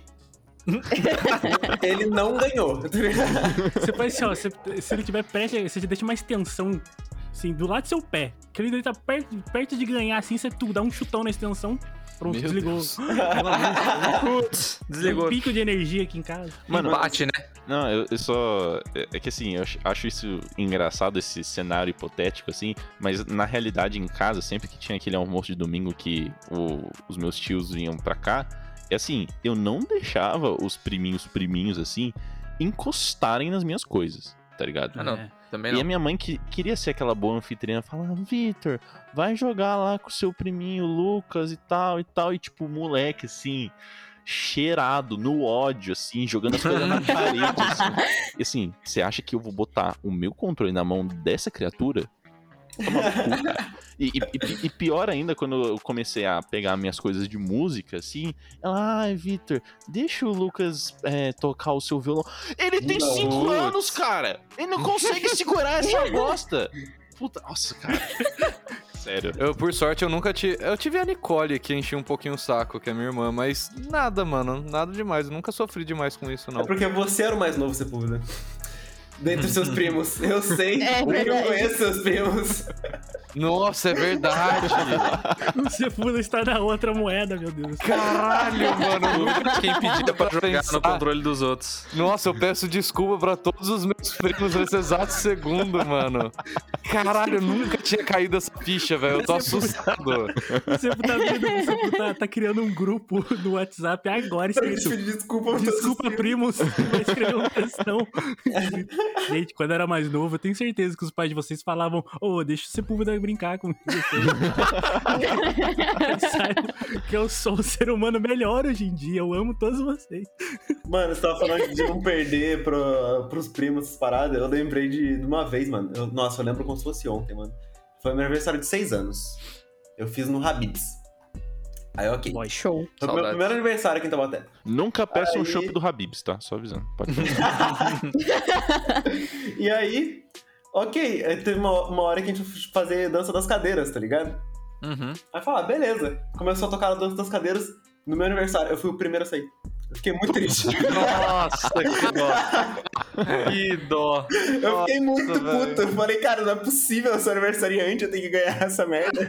Ele não ganhou, tá ligado? Você faz assim, ó, se ele tiver perto, você deixa uma extensão, assim, do lado do seu pé. Que ele tá perto de ganhar, assim, você dá um chutão na extensão. Pronto, Meu desligou. Deus. Putz, desligou. Um pico de energia aqui em casa. Mano, Bate, né? não, eu só. É que assim, eu acho isso engraçado, esse cenário hipotético, assim, mas na realidade, em casa, sempre que tinha aquele almoço de domingo que os meus tios vinham pra cá, é assim, eu não deixava os priminhos, assim, encostarem nas minhas coisas, tá ligado? Ah, não. É. Também E não. a minha mãe queria ser aquela boa anfitriã, falava, Vitor, vai jogar lá com o seu priminho Lucas e tal, e tipo, moleque, assim, cheirado, no ódio, assim, jogando as coisas na parede, assim. E assim, você acha que eu vou botar o meu controle na mão dessa criatura? Toma no cu, cara. E pior ainda, quando eu comecei a pegar minhas coisas de música, assim, ela, ai, Vitor, deixa o Lucas tocar o seu violão. Ele tem Não. 5 anos, cara! Ele não consegue segurar essa bosta! Puta, nossa, cara. Sério. Eu, por sorte, eu nunca tive. Eu tive a Nicole que enchia um pouquinho o saco, que é minha irmã, mas nada, mano. Nada demais. Eu nunca sofri demais com isso, É não. porque você era o mais novo, Sepúlveda. Dentre os seus primos. Eu sei, É eu verdade. conheço seus primos. Nossa, é verdade. O Sepúlveda está na outra moeda, meu Deus. Caralho, mano. Quem pedia pra jogar pensar. no controle dos outros. Nossa, eu peço desculpa pra todos os meus primos nesse exato segundo, mano. Caralho, eu nunca tinha caído essa ficha, velho. Eu tô assustado. O Sepúlveda tá criando um grupo no WhatsApp agora, Pra te escrito pedir desculpa pra todos os Desculpa, primos. Vai escrever uma questão. Gente, quando eu era mais novo, eu tenho certeza que os pais de vocês falavam: Ô, deixa o Sepúlveda brincar com vocês. Sabe que eu sou um ser humano melhor hoje em dia. Eu amo todos vocês. Mano, você tava falando de não perder pros primos essas paradas. Eu lembrei de uma vez, mano. Nossa, eu lembro como se fosse ontem, mano. Foi meu aniversário de 6 anos. Eu fiz no Habib's. Aí, ok. Boy. Show. Foi o meu Saudades. primeiro aniversário aqui em Taubaté. Nunca peça um Aí- chopp do Habib's, tá? Só avisando. Pode E aí, ok. Aí teve uma hora que a gente foi fazer dança das cadeiras, tá ligado? Uhum. Aí falar, beleza. Começou a tocar a dança das cadeiras. No meu aniversário, eu fui o primeiro a sair. Eu fiquei muito triste. Nossa, que dó. Que dó. Eu fiquei muito Nossa, velho. puto. Eu falei, cara, não é possível, eu sou aniversariante, eu tenho que ganhar essa merda.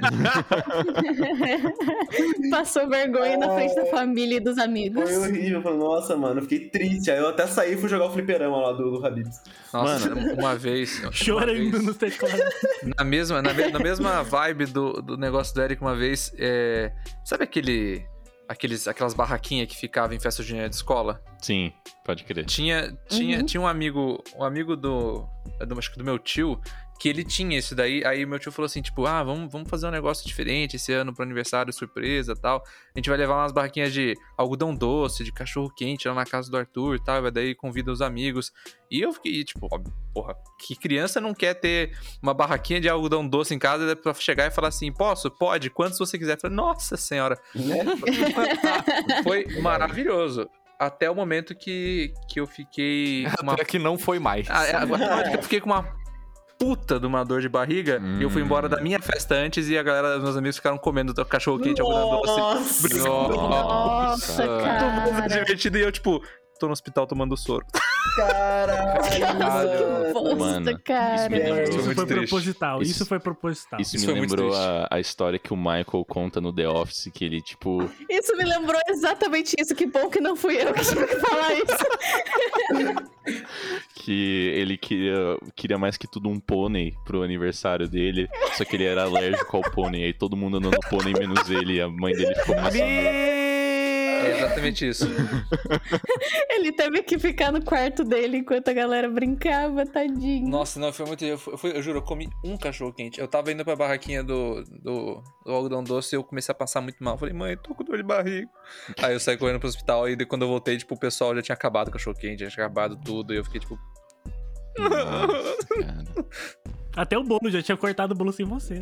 Passou vergonha na frente da família e dos amigos. Foi horrível. Eu falei, nossa, mano, eu fiquei triste. Aí eu até saí e fui jogar o fliperama lá do Habib's. Nossa, uma vez. Chorando no teclado. Na mesma vibe do negócio do Eric, uma vez. Sabe aquelas barraquinhas que ficavam em festa junina de escola? Sim, pode crer. Tinha um amigo acho que do meu tio, que ele tinha isso daí. Aí meu tio falou assim, tipo, vamos fazer um negócio diferente esse ano pro aniversário, surpresa e tal. A gente vai levar umas barraquinhas de algodão doce, de cachorro quente lá na casa do Arthur e tal. Vai daí convida os amigos. E eu fiquei, tipo, porra, que criança não quer ter uma barraquinha de algodão doce em casa pra chegar e falar assim, posso? Pode, quantos você quiser. Eu falei, nossa senhora. Né? Foi maravilhoso. Até o momento que eu fiquei com uma Até que não foi mais. eu fiquei com uma puta de uma dor de barriga e eu fui embora da minha festa antes e a galera, meus amigos ficaram comendo cachorro quente, algodão doce. Nossa, Todo mundo cara. divertido e eu, tipo, tô no hospital tomando soro. Caralho, Que bosta, Mano, cara. me lembrou- Isso muito foi triste. proposital. Isso- Isso foi proposital. Isso Isso me foi muito lembrou triste. a história que o Michael conta no The Office, que ele, tipo, Isso me lembrou exatamente isso. Que bom que não fui eu que tive que falar isso. que ele queria mais que tudo um pônei pro aniversário dele, só que ele era alérgico ao pônei, aí todo mundo andando no pônei menos ele, e a mãe dele ficou passando. É exatamente isso. Ele teve que ficar no quarto dele enquanto a galera brincava, tadinho. Nossa, não, foi muito. Eu juro, eu comi um cachorro quente. Eu tava indo pra barraquinha do algodão doce e eu comecei a passar muito mal. Eu falei, mãe, tô com dor de barriga. Aí eu saí correndo pro hospital e quando eu voltei, tipo, o pessoal já tinha acabado o cachorro quente, já tinha acabado tudo. E eu fiquei, tipo, Nossa, cara. Até o bolo, já tinha cortado o bolo sem você.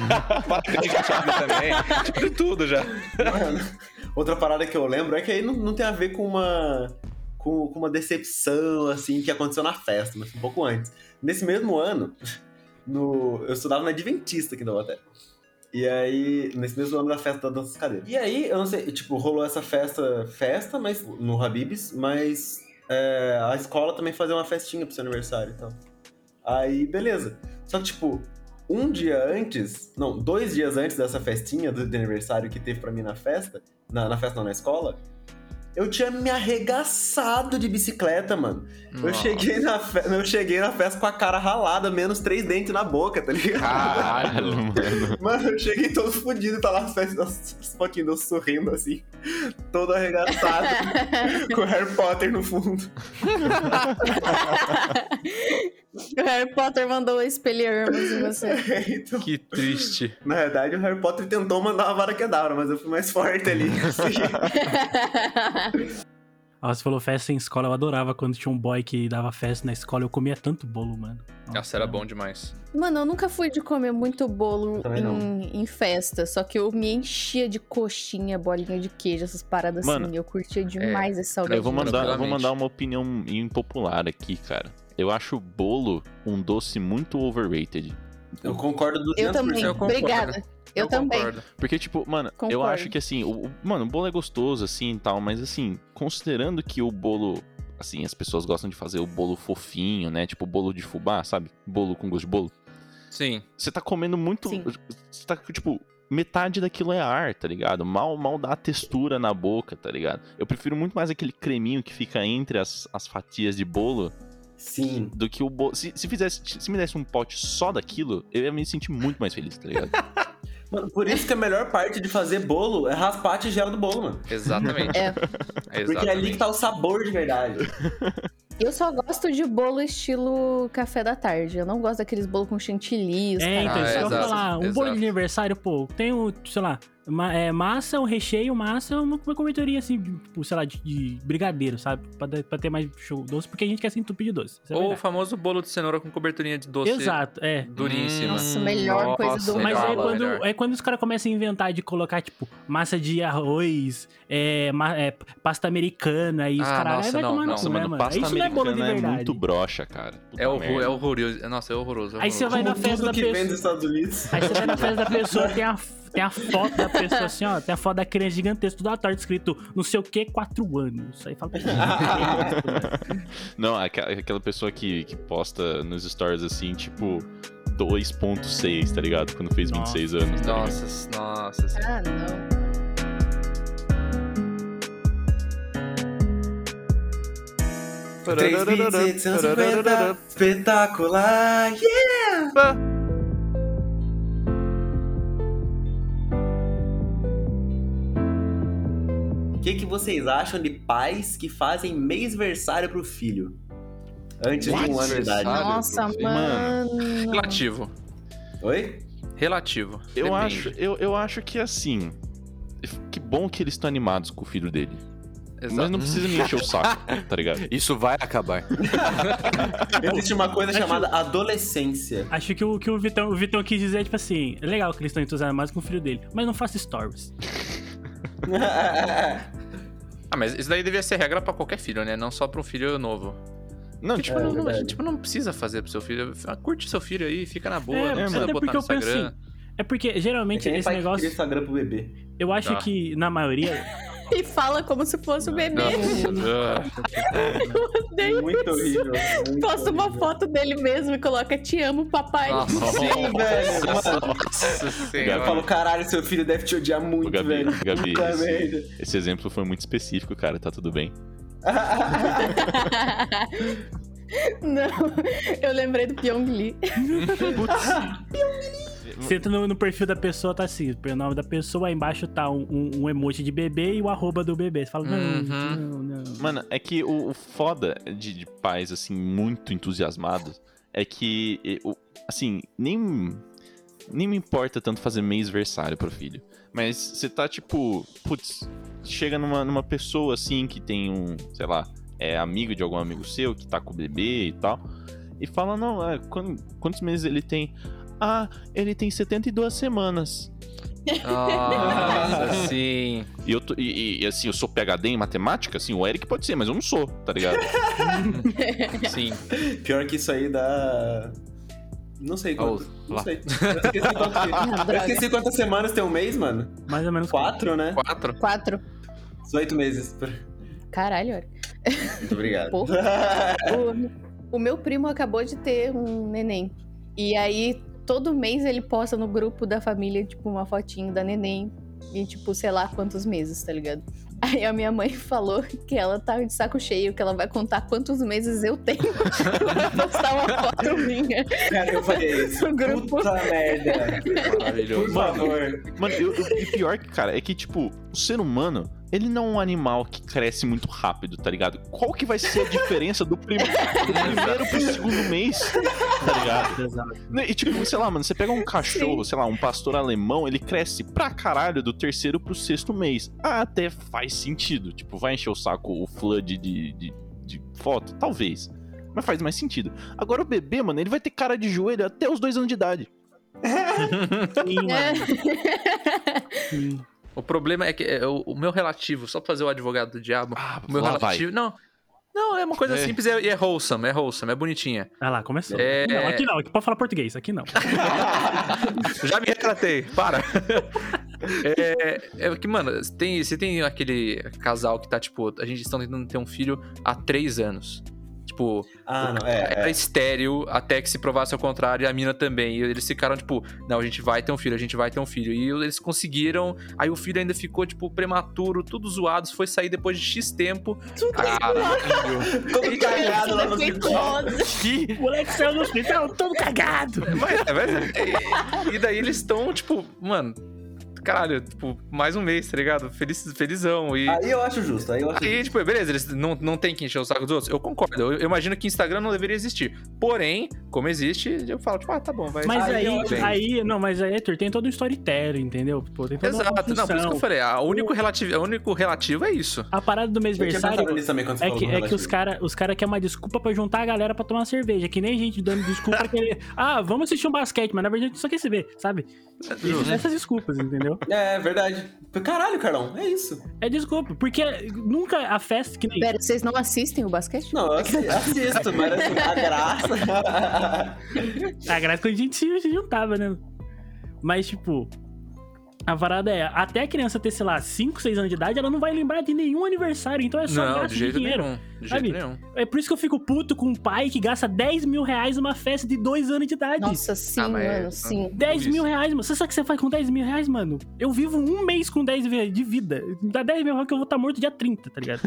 também. Tipo, de tudo já. Mano, outra parada que eu lembro é que aí não tem a ver com uma decepção, assim, que aconteceu na festa, mas um pouco antes. Nesse mesmo ano, eu estudava na Adventista aqui da Taubaté. E aí, nesse mesmo ano da festa da dança cadeira. E aí, eu não sei, tipo, rolou essa festa, mas no Habib's, mas a escola também fazia uma festinha pro seu aniversário e tal. Aí, beleza. Só que, tipo, 2 dias antes dessa festinha do aniversário que teve pra mim na festa, na festa não, na escola, eu tinha me arregaçado de bicicleta, mano. Eu cheguei na festa com a cara ralada, menos 3 dentes na boca, tá ligado? Caralho, mano. Mano, eu cheguei todo fodido, tá lá as fotinhas eu sorrindo assim, todo arregaçado, com o Harry Potter no fundo. O Harry Potter mandou espelharmos em você. Então, Que triste. na verdade, o Harry Potter tentou mandar uma vara quebrada, mas eu fui mais forte ali. Assim. Você falou festa em escola, eu adorava quando tinha um boy que dava festa na escola, eu comia tanto bolo, mano. Nossa, era bom demais. Mano, eu nunca fui de comer muito bolo Também não. em festa, só que eu me enchia de coxinha, bolinha de queijo, essas paradas Mano, assim. Eu curtia demais esse salgadinho. Eu vou Tranquilamente. mandar uma opinião impopular aqui, cara. Eu acho bolo um doce muito overrated. Eu concordo 200%. Eu também, Eu concordo. obrigada. Eu também. Concordo. Porque, tipo, mano, eu Concordo. acho que assim, o bolo é gostoso, assim e tal, mas assim, considerando que o bolo, assim, as pessoas gostam de fazer o bolo fofinho, né? Tipo, bolo de fubá, sabe? Bolo com gosto de bolo. Sim. Você tá comendo muito. Sim. Você tá, tipo, metade daquilo é ar, tá ligado? Mal dá a textura na boca, tá ligado? Eu prefiro muito mais aquele creminho que fica entre as fatias de bolo Sim. do que o bolo. Se me desse um pote só daquilo, eu ia me sentir muito mais feliz, tá ligado? Mano, por isso que a melhor parte de fazer bolo é raspar a tigela do bolo, mano. Exatamente. É. Porque é ali que tá o sabor de verdade. Eu só gosto de bolo estilo café da tarde. Eu não gosto daqueles bolos com chantilly. Então, isso que eu ia exato, falar. Um bolo exato. de aniversário, pô, tem o, sei lá, massa, o recheio, massa, uma coberturinha assim, tipo, sei lá, de brigadeiro, sabe? Pra ter mais show doce, porque a gente quer se entupir de doce. Isso é Ou o verdade. famoso bolo de cenoura com coberturinha de doce. Exato, Durinho em cima. Nossa, melhor coisa do Mas legal, aí melhor. quando os caras começam a inventar de colocar, tipo, massa de arroz, pasta americana e os Ah, caras nossa, vai não, tomar no não. cu, Nossa, né, mano, mano? pasta Isso não é bolo de americana é verdade. muito broxa, cara. Puta É merda. horroroso. Nossa, é horroroso. Aí você vai na Como festa tudo da que vem dos pessoa. Estados Unidos. Aí você vai na festa da pessoa, tem a foto da pessoa assim, ó. Tem a foto da criança gigantesca, tudo à tarde, escrito não sei o que, 4 anos. Aí fala. Não, aquela pessoa que posta nos stories assim, tipo, 2.6, tá ligado? Quando fez 26 anos, tá ligado? Nossa. Ah, não. Três bits, 850, espetacular, yeah! O que vocês acham de pais que fazem mêsversário pro filho? Antes de 1 ano de idade. Nossa, mano. Relativo. Oi? Relativo. Eu Depende. acho que assim. Que bom que eles estão animados com o filho dele. Exato. Mas não precisa me encher o saco, tá ligado? Isso vai acabar. Existe uma coisa chamada adolescência. Acho que o Vitão quis dizer, tipo assim, é legal que eles estão entusiasmados com o filho dele, mas não faça stories. Ah, mas isso daí devia ser regra pra qualquer filho, né? Não só pra um filho novo. Não, tipo, Não precisa fazer pro seu filho. Curte seu filho aí, fica na boa. É, não precisa até botar porque no eu penso Instagram. assim, é porque geralmente Quem esse pai que cria negócio, Instagram pro bebê? eu acho Tá. que na maioria... E fala como se fosse o bebê. É muito horrível. muito Posta uma horrível. foto dele mesmo e coloca te amo, papai. Nossa, Sim, velho. Mano, Nossa eu senhora. falo, caralho, seu filho deve te odiar muito, Gabi, velho. Gabi, Puta merda. esse exemplo foi muito específico, cara, tá tudo bem. Não, eu lembrei do Pyong Lee. Você entra no perfil da pessoa, tá assim, o nome da pessoa, aí embaixo tá um emoji de bebê e o arroba do bebê. Você fala, não. Mano, é que o foda de pais, assim, muito entusiasmados é que, assim, nem me importa tanto fazer mêsversário pro filho. Mas você tá, tipo, putz, chega numa pessoa, assim, que tem sei lá, é amigo de algum amigo seu, que tá com o bebê e tal, e fala, não, quantos meses ele tem? Ah, ele tem 72 semanas. Nossa, sim. E assim, eu sou PhD em matemática, assim, o Eric pode ser, mas eu não sou, tá ligado? Sim. Pior que isso aí dá Não sei quanto. Não lá. sei. Eu esqueci quantas semanas tem um mês, mano. Mais ou menos 4, né? 4. 4. 18 meses. Caralho, olha. Muito obrigado. Porra. O meu primo acabou de ter um neném. E aí, todo mês ele posta no grupo da família, tipo, uma fotinho da neném. E, tipo, sei lá quantos meses, tá ligado? Aí a minha mãe falou que ela tá de saco cheio, que ela vai contar quantos meses eu tenho. Vai postar uma foto minha. Cara, eu falei isso. No grupo. Puta merda. Maravilhoso. Por favor. Mano, e pior que, cara, é que, tipo, o ser humano, ele não é um animal que cresce muito rápido, tá ligado? Qual que vai ser a diferença do primeiro pro segundo mês, tá ligado? E, tipo, sei lá, mano, você pega um cachorro, sei lá, um pastor alemão, ele cresce pra caralho do terceiro pro sexto mês. Até faz sentido. Tipo, vai encher o saco o flood de foto? Talvez. Mas faz mais sentido. Agora o bebê, mano, ele vai ter cara de joelho até os 2 anos de idade. Sim, mano. Sim. O problema é que o meu relativo, só pra fazer o advogado do diabo, o meu lá relativo... Não, é uma coisa simples e é wholesome, é bonitinha. Ah lá, começou. É. Não, aqui pode falar português, aqui não. Já me retratei, para. É que, mano, você tem aquele casal que tá, tipo, a gente está tentando ter um filho há 3 anos. Tipo, Não, era estéril até que se provasse ao contrário, e a mina também. E eles ficaram, tipo, não, a gente vai ter um filho. E eles conseguiram, aí o filho ainda ficou, tipo, prematuro, tudo zoado, foi sair depois de X tempo. Caralho. Todo cagado lá no hospital. O moleque saiu no hospital todo cagado. E daí eles estão, tipo, mano, caralho, tipo, mais um mês, tá ligado? Felizão. E Aí eu acho justo, aí, tipo, beleza, eles não tem que encher o saco dos outros. Eu concordo. Eu imagino que Instagram não deveria existir. Porém, como existe, eu falo, tipo, tá bom, vai. Mas Aí eu acho mas aí, Arthur, tem todo um storytelling, entendeu? Pô, tem toda uma Exato, não, por isso que eu função. falei, o único relativo é isso. A parada do Eu tinha mêsversário pensado nisso também quando você é falou que, do é que relativo. os cara querem uma desculpa pra juntar a galera pra tomar uma cerveja. Que nem gente dando desculpa pra ele. Vamos assistir um basquete, mas na verdade a gente só quer se ver, sabe? Essas desculpas, entendeu? É verdade. Caralho, Carlão, é isso. É desculpa, porque nunca a festa que nem. Pera, vocês não assistem o basquete? Não, eu assisto, mas assim, a graça. A graça quando a gente se juntava, né? Mas, tipo, a parada é, até a criança ter, sei lá, 5, 6 anos de idade, ela não vai lembrar de nenhum aniversário, então é só Não, gasto de jeito dinheiro. nenhum. De sabe? jeito nenhum. É por isso que eu fico puto com um pai que gasta 10 mil reais numa festa de 2 anos de idade. Nossa, sim, mas mano, sim. 10 mil reais, mano. Você sabe o que você faz com 10 mil reais, mano? Eu vivo um mês com 10 mil de vida. Me dá 10 mil reais que eu vou estar morto dia 30, tá ligado?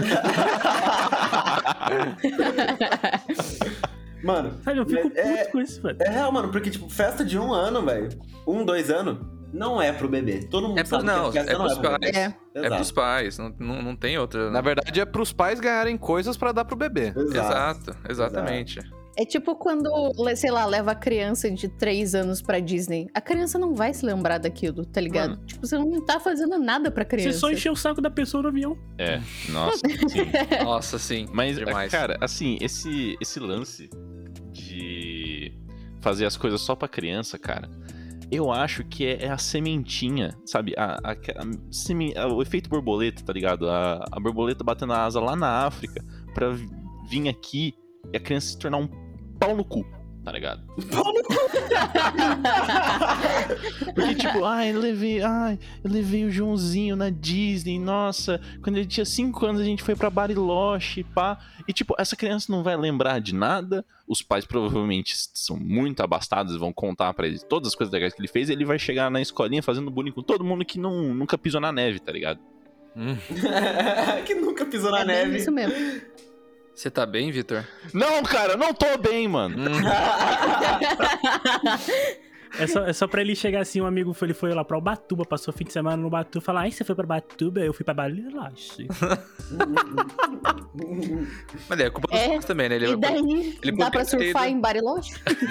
Mano, Sabe, eu fico puto com isso, mano. é real, mano, porque, tipo, festa de 1 ano, velho. 1, 2 anos, não é pro bebê. Todo mundo sabe não, que festa é não é pros pro bebê. pais. É Exato. pros pais, não tem outra. Na verdade, é pros pais ganharem coisas pra dar pro bebê. Exato, exatamente. É tipo quando, sei lá, leva a criança de 3 anos pra Disney. A criança não vai se lembrar daquilo, tá ligado? Mano. Tipo, você não tá fazendo nada pra criança. Você só encheu o saco da pessoa no avião. É, nossa, sim. Nossa, sim. Mas, demais. cara, assim, esse lance de fazer as coisas só pra criança, cara, eu acho que é a sementinha, sabe? O efeito borboleta, tá ligado? A borboleta batendo a asa lá na África pra vir aqui e a criança se tornar um pau no cu, tá ligado? Porque, tipo, eu levei o Joãozinho na Disney, nossa, quando ele tinha 5 anos a gente foi pra Bariloche, pá. E, tipo, essa criança não vai lembrar de nada, os pais provavelmente são muito abastados e vão contar pra ele todas as coisas legais que ele fez, e ele vai chegar na escolinha fazendo bullying com todo mundo que nunca pisou na neve, tá ligado? Que nunca pisou na É bem neve. isso mesmo. Você tá bem, Vitor? Não, cara, eu não tô bem, mano. É só pra ele chegar assim, um amigo ele foi lá pra Ubatuba, passou o fim de semana no Ubatuba, falar, ai, você foi pra Ubatuba? Eu fui pra Bariloche. Mas é culpa dos pais também, né? E daí, ele dá pra poderia ter surfar ido- em Bariloche?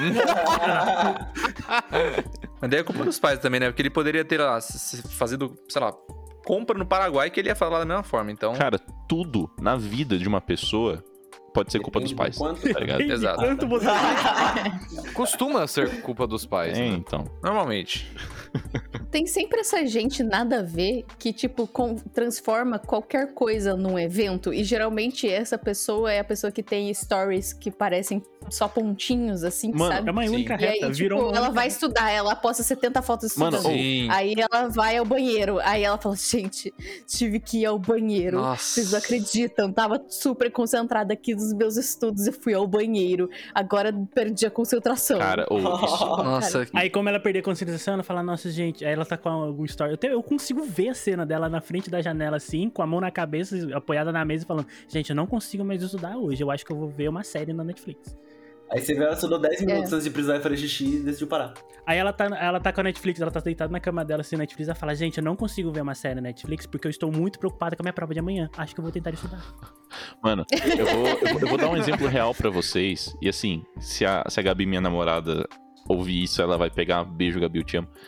Mas daí é culpa dos pais também, né? Porque ele poderia ter lá, fazido, sei lá, compra no Paraguai que ele ia falar da mesma forma. Então, Cara, tudo na vida de uma pessoa pode ser culpa dos pais, tá ligado? Exato. Tanto você... Costuma ser culpa dos pais. É, né? então. Normalmente. Tem sempre essa gente nada a ver que, tipo, transforma qualquer coisa num evento. E geralmente essa pessoa é a pessoa que tem stories que parecem só pontinhos, assim, Mano, sabe? É uma única E aí, reta, tipo, virou uma ela única vai reta. estudar, ela posta 70 fotos Mano, estudando. Sim. Aí ela vai ao banheiro. Aí ela fala, gente, tive que ir ao banheiro. Nossa. Vocês não acreditam, tava super concentrada aqui nos meus estudos e fui ao banheiro. Agora perdi a concentração. Cara, isso. Nossa, Aí, como ela perder a concentração, ela fala, nossa, gente, aí ela tá com algum story. Eu consigo ver a cena dela na frente da janela, assim, com a mão na cabeça, apoiada na mesa, falando, gente, eu não consigo mais estudar hoje, eu acho que eu vou ver uma série na Netflix. Aí você vê, ela estudou 10 minutos antes de precisar fazer xixi e decidiu parar. Aí ela tá com a Netflix, ela tá deitada na cama dela, assim, na Netflix, ela fala, gente, eu não consigo ver uma série na Netflix porque eu estou muito preocupada com a minha prova de amanhã. Acho que eu vou tentar estudar. Mano, eu vou dar um exemplo real pra vocês. E assim, se a Gabi, minha namorada, ouvir isso, ela vai pegar. Beijo, Gabi, eu te amo.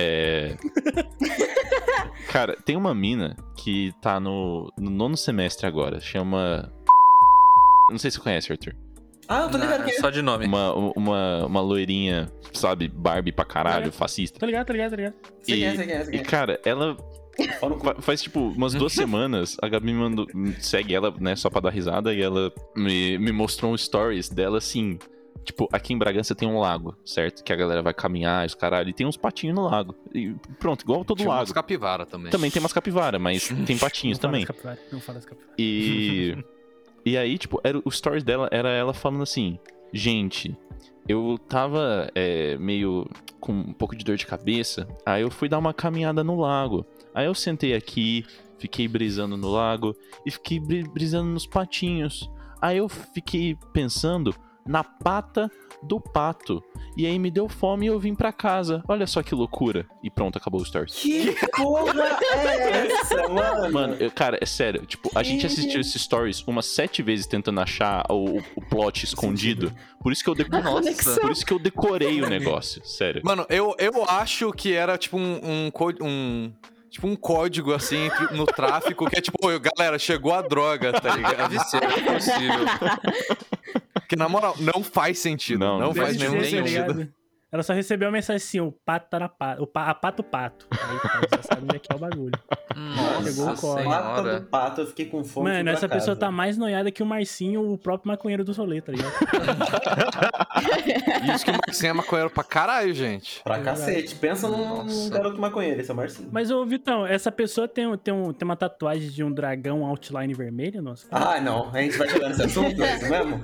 Cara, tem uma mina que tá no 9º semestre agora. Chama. Não sei se você conhece, Arthur. Ah, eu tô ligado que é. só de nome. Uma loirinha, sabe, Barbie pra caralho, fascista. Tá ligado? Você quer. E, cara, ela Pau no cu. faz tipo umas 2 semanas, a Gabi segue ela, né, só pra dar risada, e ela me mostrou um stories dela assim. Tipo, aqui em Bragança tem um lago, certo? Que a galera vai caminhar, os caralho, e tem uns patinhos no lago. E pronto, igual todo Tinha umas lago. capivara também. Também tem umas capivaras, mas tem patinhos também. Não fala das capivaras. E aí, tipo, o stories dela era ela falando assim: gente, eu tava meio com um pouco de dor de cabeça, aí eu fui dar uma caminhada no lago. Aí eu sentei aqui, fiquei brisando no lago e fiquei brisando nos patinhos. Aí eu fiquei pensando na pata do pato. E aí me deu fome e eu vim pra casa. Olha só que loucura. E pronto, acabou o stories. Que porra é essa, mano? Mano, cara, é sério. Tipo, a gente assistiu esses stories umas 7 vezes tentando achar o plot escondido. Por isso que eu Nossa. Por isso que eu decorei o negócio. Sério. Mano, eu acho que era tipo tipo um código assim no tráfico que é tipo, "Ô, galera, chegou a droga, tá ligado? Deve ser possível. Que na moral, não faz sentido. Não, Não, não faz Deve nenhum ser, tá sentido. ligado? Ela só recebeu a mensagem assim, o pato tá na pata. A pato pato. Aí tá, já sabe onde é que é o bagulho. Chegou o Nossa código. Pata senhora. do pato, eu fiquei com fome. Mano, fui pra essa pessoa casa. tá mais noiada que o Marcinho, o próprio maconheiro do Solê, tá ligado? Isso que o Marcinho é maconheiro pra caralho, gente. Pra cacete. Pensa num Nossa. garoto maconheiro, esse é o Marcinho. Mas, ô, Vitão, essa pessoa tem uma tatuagem de um dragão outline vermelho, nossa? Ah, não. A gente vai chegar nesse assunto, é isso mesmo?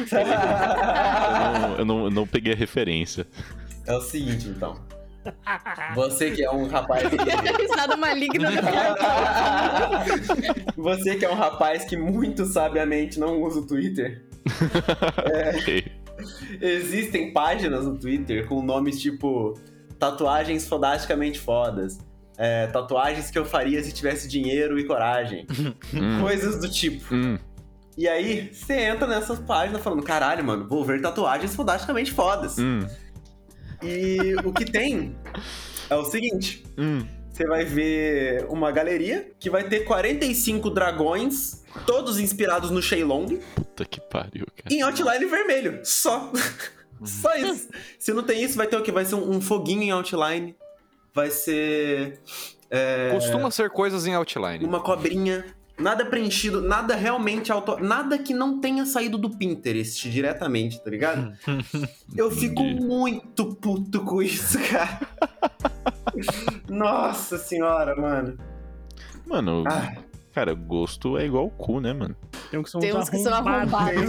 Eu não peguei a referência. É o seguinte, então. Você que é um rapaz que... Risada maligna do Você que é um rapaz que muito sabiamente não usa o Twitter. Ok. Existem páginas no Twitter com nomes tipo tatuagens fodasticamente fodas. Tatuagens que eu faria se tivesse dinheiro e coragem. Coisas do tipo. E aí, você entra nessas páginas falando, caralho, mano, vou ver tatuagens fodasticamente fodas. E o que tem é o seguinte. Você vai ver uma galeria que vai ter 45 dragões, todos inspirados no Shenlong, Puta que pariu, cara. em outline vermelho. Só. Só isso. Se não tem isso, vai ter o quê? Vai ser um foguinho em outline. Vai ser... Costuma ser coisas em outline. uma cobrinha. Nada preenchido, nada realmente nada que não tenha saído do Pinterest diretamente, tá ligado? Eu fico muito puto com isso, cara. Nossa senhora, mano. Mano, Ah. cara, gosto é igual o cu, né, mano? Tem uns que são, Tem uns que são arrombados.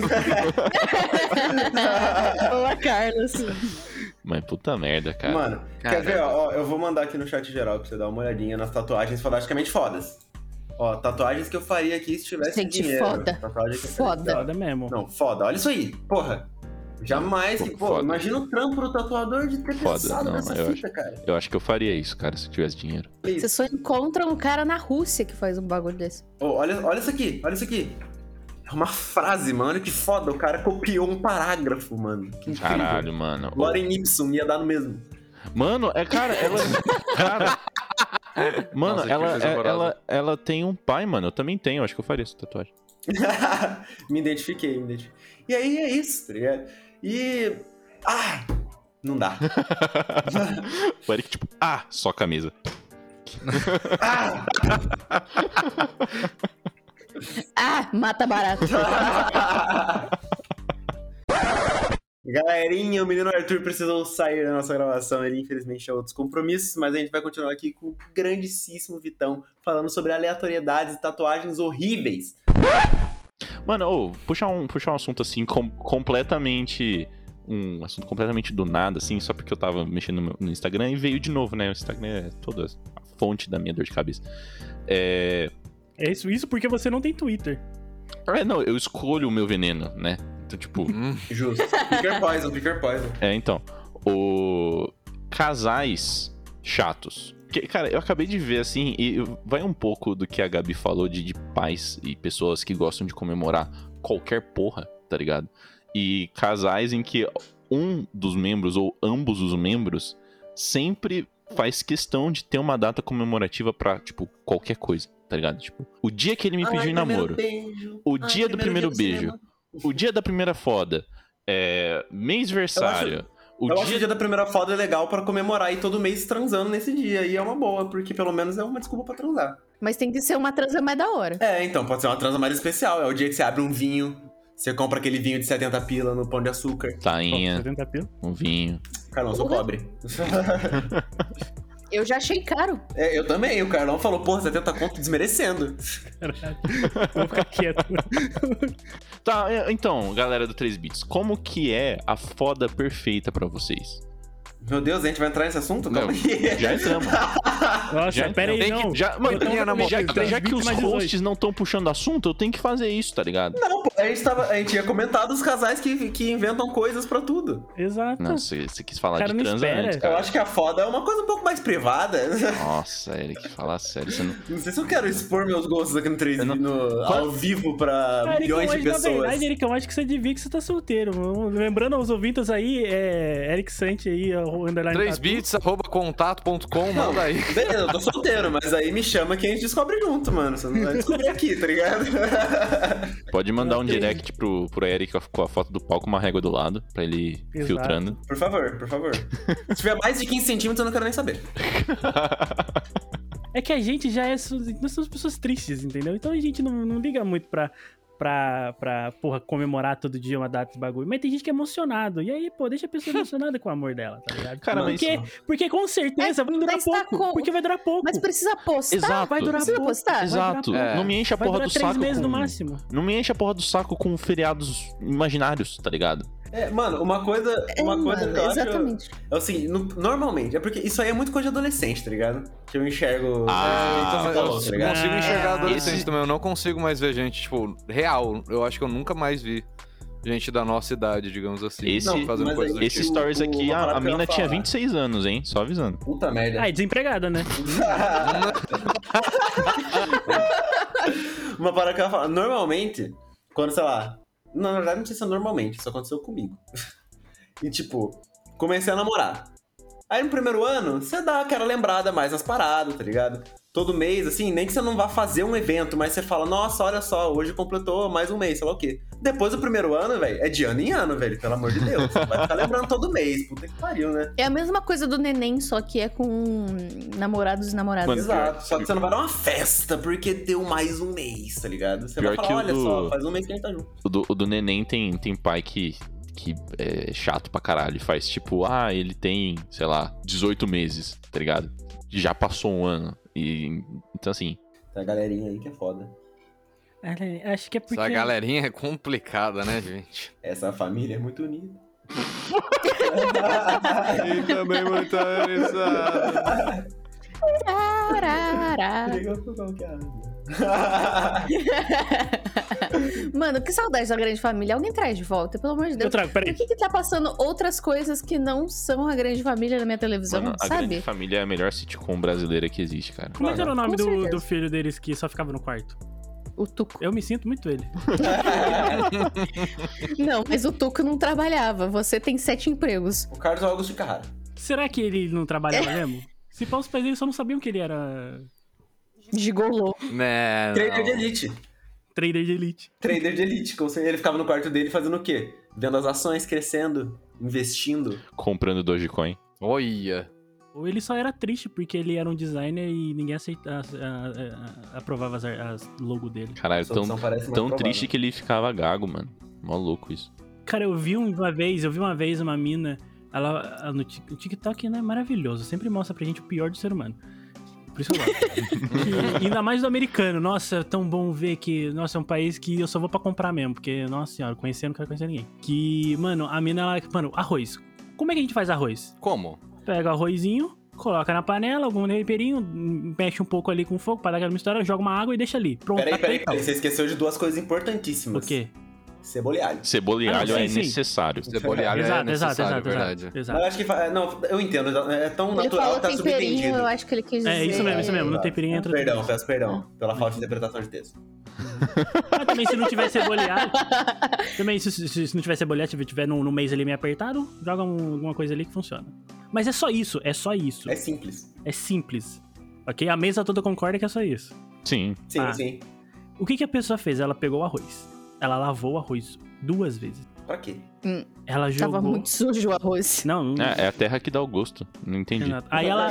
Boa, Carlos. Mas puta merda, cara. Mano, quer ver, ó, eu vou mandar aqui no chat geral pra você dar uma olhadinha nas tatuagens fodasticamente fodas. Ó, tatuagens que eu faria aqui se tivesse Gente, dinheiro. foda. Tatuagem que eu Foda. faria. Foda mesmo. Não, foda. Olha isso aí. Porra. Jamais que, pô, Foda. imagina o trampo do tatuador de ter Foda, pensado não, nessa eu fita, cara. Eu acho que eu faria isso, cara, se eu tivesse dinheiro. Você só encontra um cara na Rússia que faz um bagulho desse. Ô, olha isso aqui, olha isso aqui. É uma frase, mano. Olha que foda. O cara copiou um parágrafo, mano. Que incrível. Caralho, mano. Lorem Ipsum ia dar no mesmo. Mano, cara, ela. Cara. Mano, Nossa, que coisa horrorosa. ela tem um pai, mano. Eu também tenho, acho que eu faria essa tatuagem. me identifiquei. E aí é isso, tá ligado? E... não dá. O Eric, tipo, só camisa. Mata barato. Galerinha, o menino Arthur precisou sair da nossa gravação. Ele, infelizmente, tinha outros compromissos, mas a gente vai continuar aqui com o grandíssimo Vitão, falando sobre aleatoriedades e tatuagens horríveis. Mano, puxar um assunto assim, completamente. Um assunto completamente do nada, assim, só porque eu tava mexendo no Instagram e veio de novo, né? O Instagram é toda a fonte da minha dor de cabeça. É isso porque você não tem Twitter. Não, eu escolho o meu veneno, né? Então, tipo. Justo. Picker poison. Então. Casais chatos. Cara, eu acabei de ver, assim, e vai um pouco do que a Gabi falou de pais e pessoas que gostam de comemorar qualquer porra, tá ligado? E casais em que um dos membros, ou ambos os membros, sempre faz questão de ter uma data comemorativa pra, tipo, qualquer coisa, tá ligado? Tipo, o dia que ele me pediu em namoro, o dia do primeiro beijo, o dia da primeira foda, mêsversário. Eu acho que o dia da primeira foda é legal pra comemorar e todo mês transando nesse dia. E é uma boa, porque pelo menos é uma desculpa pra transar. Mas tem que ser uma transa mais da hora. Então, pode ser uma transa mais especial. É o dia que você abre um vinho, você compra aquele vinho de 70 pila no Pão de Açúcar. Tainha, 70 pila? um vinho. Carlão, sou pobre. Eu já achei caro. Eu também. O Carlão falou, porra, 70 conto desmerecendo. Vou ficar quieto. Tá, então, galera do 3 Bits, como que é a foda perfeita pra vocês? Meu Deus, a gente vai entrar nesse assunto? Calma aí. Já entramos. Nossa, pera aí, não. Já que os hosts não estão puxando assunto, eu tenho que fazer isso, tá ligado? Não, pô, a gente ia comentar dos casais que inventam coisas pra tudo. Exato. Não, você quis falar Cara, de não transa espera. antes, cara. Eu acho que a foda é uma coisa um pouco mais privada. Nossa, Eric, falar sério, você não... Não sei se eu quero expor meus gostos aqui no 3 não- ao vivo pra milhões de pessoas. Na verdade, Eric, eu acho que você devia que você tá solteiro. Lembrando aos ouvintes aí, Eric Sante aí, o underline 3bits@contato.com, manda aí. Beleza, eu tô solteiro, mas aí me chama que a gente descobre junto, mano. Você não vai descobrir aqui, tá ligado? Pode mandar um Entendi. direct pro Eric com a foto do pau com uma régua do lado, pra ele Exato. filtrando. Por favor, por favor. Se tiver mais de 15 centímetros, eu não quero nem saber. É que a gente já nós somos pessoas tristes, entendeu? Então a gente não liga muito pra porra, comemorar todo dia uma data de bagulho. Mas tem gente que é emocionado. E aí, pô, deixa a pessoa emocionada com o amor dela, tá ligado? Cara, mas- Porque com certeza vai durar mas tá pouco. como? Porque vai durar pouco. Mas precisa postar? Exato. Vai durar Precisa pouco. postar? Exato. Vai durar pouco. Não me enche a Vai porra durar do 3 saco meses com... no máximo. Não me enche a porra do saco com feriados imaginários, tá ligado? Mano, uma coisa que eu acho... Exatamente. É assim, normalmente, é porque isso aí é muito coisa de adolescente, tá ligado? Que eu enxergo... Ah, tá Eu ligado? consigo enxergar adolescente esse- também. Eu não consigo mais ver gente, tipo, real. Eu acho que eu nunca mais vi gente da nossa idade, digamos assim. Esse- fazendo mas coisas do Esse tipo. stories aqui, uma parada a que eu ia mina tinha falar. 26 anos, hein? Só avisando. Puta merda. Ah, e desempregada, né? Uma parada que eu ia falar. Normalmente, quando, sei lá... Na verdade, não sei se é normalmente. Isso aconteceu comigo. E, tipo, comecei a namorar. Aí, no primeiro ano, você dá aquela lembrada mais nas paradas, tá ligado? Todo mês, assim, nem que você não vá fazer um evento, mas você fala, nossa, olha só, hoje completou mais um mês, sei lá o quê. Depois do primeiro ano, velho, é de ano em ano, velho, pelo amor de Deus. Você vai ficar lembrando todo mês, puta que pariu, né? É a mesma coisa do neném, só que é com namorados e namoradas. Mano, Exato. Só que você não vai dar uma festa porque deu mais um mês, tá ligado? Você Pior vai que falar, o olha do- só, faz um mês que a gente tá junto. O do neném tem pai que é chato pra caralho. Faz tipo, ele tem, sei lá, 18 meses, tá ligado? Já passou um ano. Então, assim, Tem a galerinha aí que é foda. Acho que é porque... Essa galerinha é complicada, né, gente? Essa família é muito unida. E também muito interessado. Tarará. Mano, que saudade da grande família. Alguém traz de volta, pelo amor de Eu Deus. trago, peraí. Por que tá passando outras coisas que não são a grande família na minha televisão, mano, a Grande sabe? Família é a melhor sitcom brasileira que existe, cara. Como é que era o nome Com certeza. do filho deles que só ficava no quarto? O Tuco. Eu me sinto muito ele. Não, mas o Tuco não trabalhava. Você tem 7 empregos. O Carlos Augusto de Carrara. Será que ele não trabalhava mesmo? Se pá, os pais dele só não sabiam que ele era Gigolô. Né, Trader de não. elite. trader de elite. Trader de elite. Como se ele ficava no quarto dele fazendo o quê? Vendo as ações crescendo, investindo. Comprando Dogecoin. Olha. Ou ele só era triste porque ele era um designer e ninguém aprovava as logo dele. Caralho, Essa opção parece mais tão provável. triste que ele ficava gago, mano. Mó louco isso. Cara, eu vi uma vez uma mina, ela no TikTok, né, maravilhoso, sempre mostra pra gente o pior do ser humano. Por isso que eu gosto. E ainda mais do americano. Nossa, é tão bom ver que, nossa, é um país que eu só vou pra comprar mesmo, porque, nossa senhora, conhecer, não quero conhecer ninguém. Que, mano, a mina, ela, mano, arroz. Como é que a gente faz arroz? Como? Pega o arrozinho, coloca na panela, algum temperinho, mexe um pouco ali com fogo pra dar aquela mistura, joga uma água e deixa ali. Pronto. Peraí, você esqueceu de 2 coisas importantíssimas. O quê? Cebola e alho. Cebola e alho é sim. necessário. Cebola e alho é necessário, verdade. Exato. Eu acho que... Não, eu entendo. É tão Ele natural falou que tá temperinho, subentendido. eu acho que ele quis dizer. É, isso mesmo. No temperinho entra Perdão, tudo. peço perdão pela falta de interpretação de texto. Mas também se não tiver cebola e alho, também se não tiver cebola e alho, se tiver no mês ali meio apertado, joga alguma coisa ali que funciona. Mas é só isso. É simples. É simples. Ok? A mesa toda concorda que é só isso. Sim. Sim, Ah. sim. O que a pessoa fez? Ela pegou o arroz. Ela lavou o arroz 2 vezes. Pra quê? Ela jogou... Tava muito sujo o arroz. Não, É a terra que dá o gosto. Não entendi. Renato.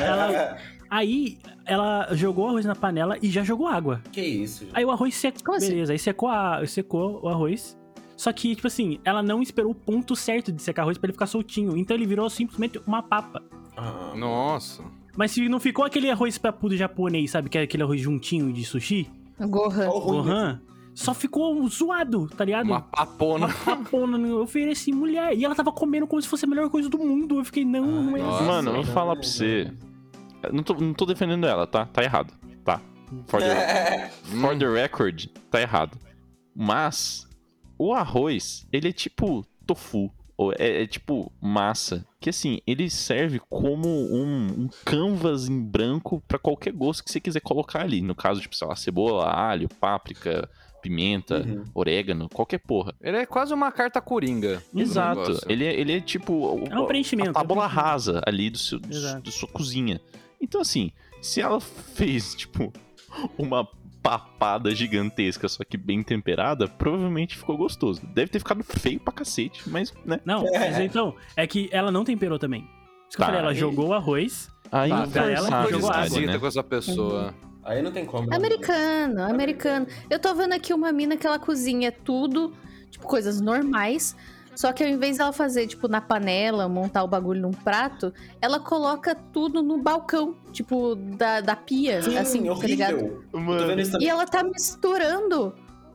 Aí ela jogou o arroz na panela e já jogou água. Que isso, gente? Aí o arroz secou. Como assim? Beleza, aí secou o arroz. Só que, tipo assim, ela não esperou o ponto certo de secar arroz pra ele ficar soltinho. Então ele virou simplesmente uma papa. Ah, Nossa. Mas se não ficou aquele arroz papudo japonês, sabe? Que é aquele arroz juntinho de sushi. Gohan. qual o ruim Gohan. Só ficou zoado, tá ligado? Uma papona. Uma papona. Eu ofereci mulher. E ela tava comendo como se fosse a melhor coisa do mundo. Eu fiquei, não é nossa. assim. Mano, eu vou falar pra você. Não tô defendendo ela, tá? Tá errado. Tá. For the record, tá errado. Mas o arroz, ele é tipo tofu. É tipo massa. Que assim, ele serve como um canvas em branco pra qualquer gosto que você quiser colocar ali. No caso, tipo, sei lá, cebola, alho, páprica, pimenta, orégano, qualquer porra. Ele é quase uma carta coringa. do Exato. negócio. Ele é tipo É um preenchimento. a tábula é um preenchimento. rasa ali da sua cozinha. Então, assim, se ela fez, tipo, uma papada gigantesca, só que bem temperada, provavelmente ficou gostoso. Deve ter ficado feio pra cacete, mas, né? Não, mas então, é que ela não temperou também. Isso que eu Tá, falei, ela aí- jogou o arroz. Aí Tá, pra ela, forçar a coisa jogou água, amizade, esquisita né? com essa pessoa. Aí não tem como. né? Americano. Eu tô vendo aqui uma mina que ela cozinha tudo, tipo, coisas normais. Só que ao invés dela fazer, tipo, na panela, montar o bagulho num prato, ela coloca tudo no balcão, tipo, da pia, Sim, assim, tá ligado? horrível. Tô vendo isso E também. ela tá misturando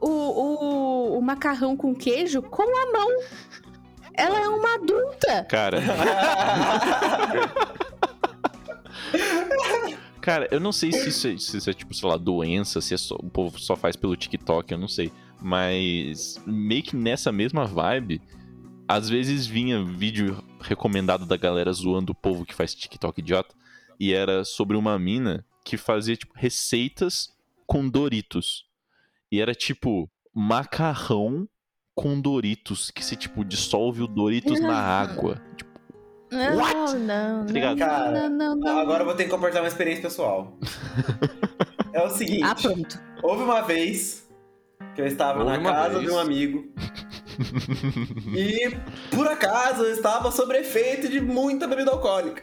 o macarrão com queijo com a mão. Ela é uma adulta. Cara. Cara, eu não sei se isso é tipo, sei lá, doença, se é só, o povo só faz pelo TikTok, eu não sei. Mas meio que nessa mesma vibe, às vezes vinha vídeo recomendado da galera zoando o povo que faz TikTok idiota. E era sobre uma mina que fazia, tipo, receitas com Doritos. E era, tipo, macarrão com Doritos, que se, tipo, dissolve o Doritos na água. Tipo, What? Não, Tá ligado? Cara, não. agora eu vou ter que compartilhar uma experiência pessoal. É o seguinte. Ah, pronto. Houve uma vez que eu estava na casa de um amigo. E, por acaso, eu estava sob efeito de muita bebida alcoólica.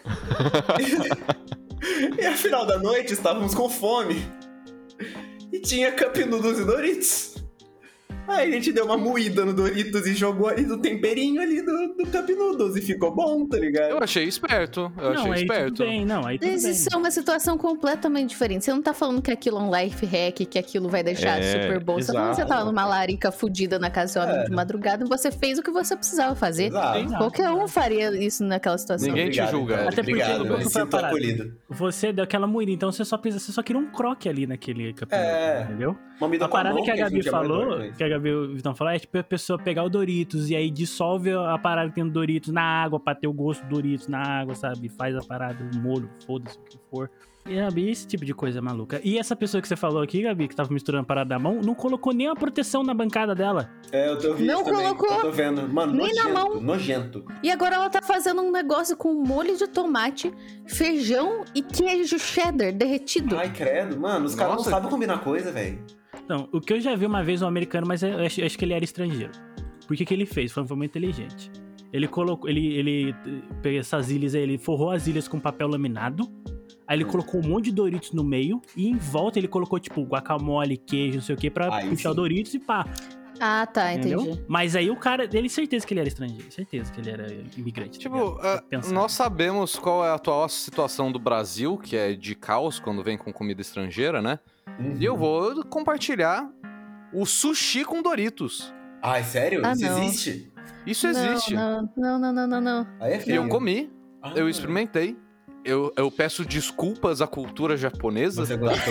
E, ao final da noite, estávamos com fome. E tinha Cup Noodles e Doritos. Aí a gente deu uma moída no Doritos e jogou ali do temperinho ali do Cup Noodles. E ficou bom, tá ligado? Eu achei esperto. Não, aí tudo bem, aí tudo Mas bem. isso é uma situação completamente diferente. Você não tá falando que aquilo é um life hack, que aquilo vai deixar super bom. Você tá falando que você tava numa larica fudida na casa do seu amigo de madrugada e você fez o que você precisava fazer. Exato. Qualquer um faria isso naquela situação. Ninguém te julga. Então. Até porque Obrigado, no eu me banco foi a sinto parada. acolhido. Você deu aquela moída, então você só queria um croque ali naquele campeonato, É. entendeu? Uma comida A com a parada mão, que a Gabi gente é mais falou, importante. que a Gabi e o Vitão falaram, é tipo a pessoa pegar o Doritos e aí dissolve a parada que tem no Doritos na água pra ter o gosto do Doritos na água, sabe? Faz a parada, o molho, foda-se o que for. E, Gabi, esse tipo de coisa maluca. E essa pessoa que você falou aqui, Gabi, que tava misturando a parada da mão, não colocou nem uma proteção na bancada dela. É, eu tô vendo Não também. colocou Eu tô vendo. Mano, nem na mão. nojento. E agora ela tá fazendo um negócio com molho de tomate, feijão e queijo cheddar derretido. Ai, credo. Mano, os caras não Nossa. sabem combinar coisa, velho. Então, o que eu já vi uma vez um americano, mas eu acho que ele era estrangeiro. Por que ele fez? Foi muito inteligente. Ele colocou, ele pegou essas ilhas aí, ele forrou as ilhas com papel laminado. Aí ele colocou um monte de Doritos no meio e em volta ele colocou, tipo, guacamole, queijo, não sei o que, pra Aí puxar o sim. Doritos e pá. Ah, tá, Entendeu? entendi. Mas aí o cara, ele certeza que ele era estrangeiro, certeza que ele era imigrante. Tipo, tá ligado? Pensando. nós sabemos qual é a atual situação do Brasil, que é de caos quando vem com comida estrangeira, né? E eu vou compartilhar o sushi com Doritos. Ai, sério? Ah, Isso não. existe? Isso existe. Não. Aí é E feio. eu comi, Ah, eu experimentei. Eu peço desculpas à cultura japonesa. Você gostou.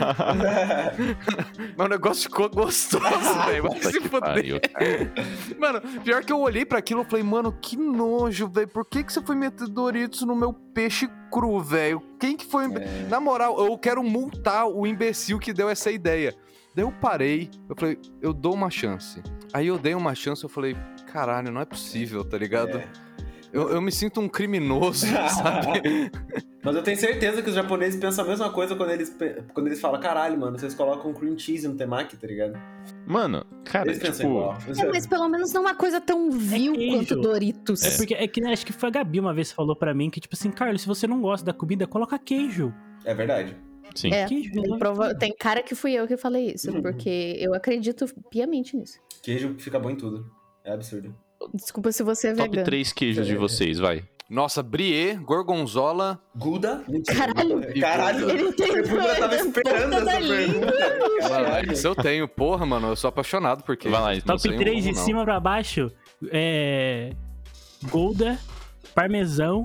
Mas o negócio ficou gostoso, velho. Vai Puta se que fuder. pariu. Mano, pior que eu olhei pra aquilo e falei, mano, que nojo, velho. Por que você foi meter Doritos no meu peixe cru, velho? Quem que foi... Na moral, eu quero multar o imbecil que deu essa ideia. Daí eu parei, eu falei, eu dou uma chance. Aí eu dei uma chance, eu falei, caralho, não é possível, tá ligado? Eu me sinto um criminoso, sabe? Mas eu tenho certeza que os japoneses pensam a mesma coisa quando eles falam, caralho, mano, vocês colocam cream cheese no temaki, tá ligado? Mano, cara, Eles pensam tipo... igual. Mas pelo menos não é uma coisa tão vil queijo. quanto Doritos. É porque, acho que foi a Gabi uma vez que falou pra mim que, tipo assim, Carlos, se você não gosta da comida, coloca queijo. É verdade. Sim. É, Queijo, tem cara que fui eu que falei isso, porque eu acredito piamente nisso. Queijo fica bom em tudo. É absurdo. Desculpa se você é Top vegano. 3 queijos de vocês, vai. Nossa, brie, gorgonzola... Gouda? Mentira. Caralho. Caralho. Ele tem Eu tava esperando essa pergunta. Caralho. Isso eu tenho. Porra, mano, eu sou apaixonado por queijo. Vai lá, então. Top 3 de cima pra baixo é Gouda, parmesão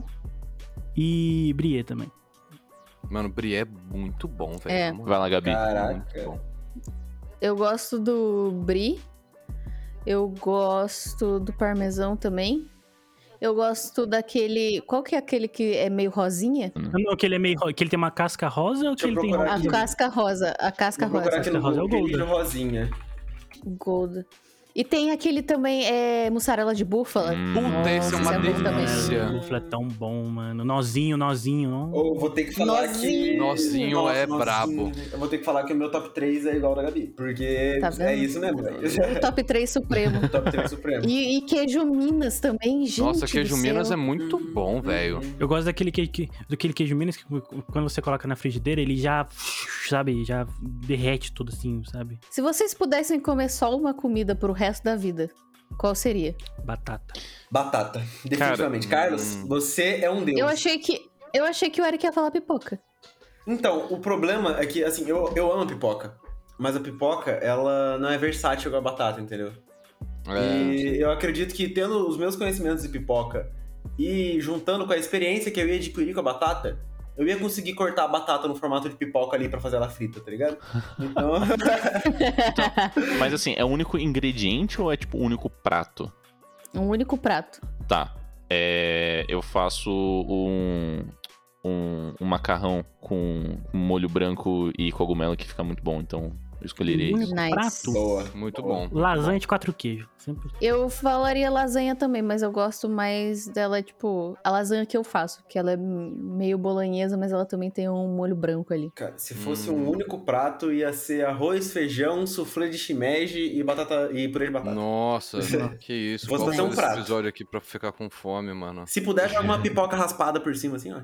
e brie também. Mano, brie é muito bom, velho. É. na moral. Vai lá, Gabi. Caraca. Muito bom. Eu gosto do brie. Eu gosto do parmesão também. Eu gosto daquele... Qual que é aquele que é meio rosinha? Não, que ele é meio. Que ele tem uma casca rosa ou que Deixa eu ele tem procurar rosa? aqui. A casca rosa. A casca Vou procurar rosa. aqui no Rosa é o Google, Golden. queijo rosinha. Golden. E tem aquele também, mussarela de búfala. Puta, esse é uma Nossa, bom também. delícia. O búfala é tão bom, mano. Nozinho. Não. Ou vou ter que falar que... Nozinho é brabo. Eu vou ter que falar que o meu top 3 é igual ao da Gabi. Porque Tá vendo? é isso mesmo, velho. O top 3 supremo. Top 3 supremo. E queijo Minas também, gente. Nossa, queijo do Minas é céu. muito bom, velho. Eu gosto daquele queijo Minas que quando você coloca na frigideira, ele já, sabe, já derrete tudo assim, sabe? Se vocês pudessem comer só uma comida pro resto da vida, qual seria? Batata. Batata, definitivamente. Carlos, você é um deus. Eu achei que o Eric ia falar pipoca. Então, o problema é que, assim, eu amo pipoca. Mas a pipoca, ela não é versátil igual a batata, entendeu? E eu acredito que tendo os meus conhecimentos de pipoca e juntando com a experiência que eu ia adquirir com a batata, eu ia conseguir cortar a batata no formato de pipoca ali pra fazer ela frita, tá ligado? Então... Mas assim, é o único ingrediente ou é tipo o único prato? Um único prato. Tá. Eu faço um macarrão com molho branco e cogumelo que fica muito bom, então eu escolheria isso. Nice. Prato. Boa. Muito Boa. bom. Lasanha de 4 queijos. Sempre. Eu falaria lasanha também, mas eu gosto mais dela, tipo, a lasanha que eu faço, que ela é meio bolonhesa, mas ela também tem um molho branco ali. Cara, se fosse um único prato, ia ser arroz, feijão, soufflé de shimeji e batata e purê de batata. Nossa, que isso. Vou Qual fazer foi um esse prato. episódio aqui pra ficar com fome, mano? Se puder, joga uma pipoca raspada por cima, assim, ó.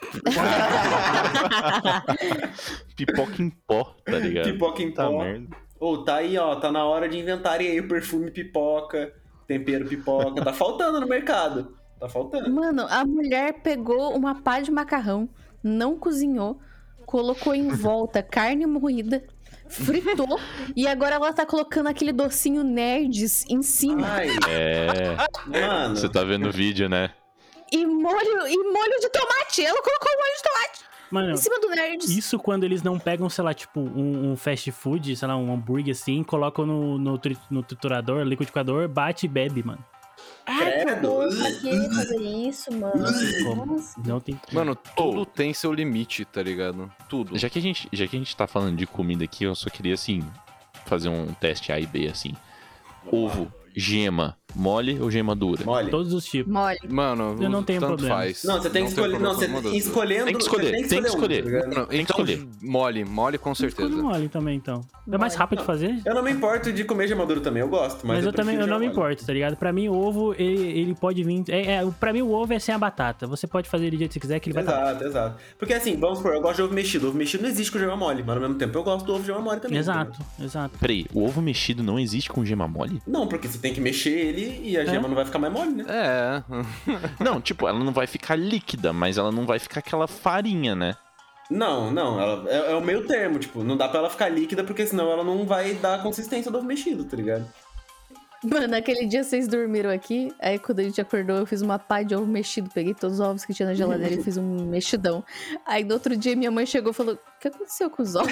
Pipoca em pó, tá ligado? Pipoca em Tá pó. merda. Ou tá aí, ó, tá na hora de inventarem aí o perfume pipoca, tempero pipoca. Tá faltando no mercado. Tá faltando. Mano, a mulher pegou uma pá de macarrão, não cozinhou, colocou em volta carne moída, fritou e agora ela tá colocando aquele docinho Nerds em cima. Ai, mano. Você tá vendo o vídeo, né? E molho de tomate. Ela colocou molho de tomate Mano, em cima do Nerds. isso quando eles não pegam, sei lá, tipo, um fast food, sei lá, um hambúrguer assim, colocam no triturador, liquidificador, bate e bebe, mano. Ai, que Credo. horror, pra que fazer isso, mano? Nossa. Não tem. Mano, tudo tem seu limite, tá ligado? Tudo. Já que a gente tá falando de comida aqui, eu só queria, assim, fazer um teste A e B, assim. Ovo, gema, Mole ou gema dura? Mole. Todos os tipos. Mole. Mano, Eu não tenho tanto problema. faz. Não, você tem que escolher. Não, você escolhendo. Tem que escolher, você tem que escolher. um, tá ligado? Mano, Tem que então, escolher. mole com certeza. Escolhe mole também, então. É mais Mole. rápido de fazer. Eu não me importo de comer gema dura também, eu gosto. Mas eu também prefiro não me gema mole. importo, tá ligado? Pra mim, o ovo, ele pode vir... pra mim, o ovo é sem a batata. Você pode fazer ele do jeito que você quiser, que ele vai estar... Exato. Porque assim, vamos supor, eu gosto de ovo mexido. Ovo mexido não existe com gema mole, mas ao mesmo tempo eu gosto do ovo de gema mole também. Exato, exato. Peraí, o ovo mexido não existe com gema mole? Não, porque você tem que mexer ele e a gema não vai ficar mais mole, né? É. Não, tipo, ela não vai ficar líquida, mas ela não vai ficar aquela farinha, né? Não, ela é o meio termo, tipo, não dá pra ela ficar líquida porque senão ela não vai dar a consistência do ovo mexido, tá ligado? Mano, naquele dia vocês dormiram aqui, aí quando a gente acordou eu fiz uma pá de ovo mexido, peguei todos os ovos que tinha na geladeira e fiz um mexidão. Aí no outro dia minha mãe chegou e falou, o que aconteceu com os ovos?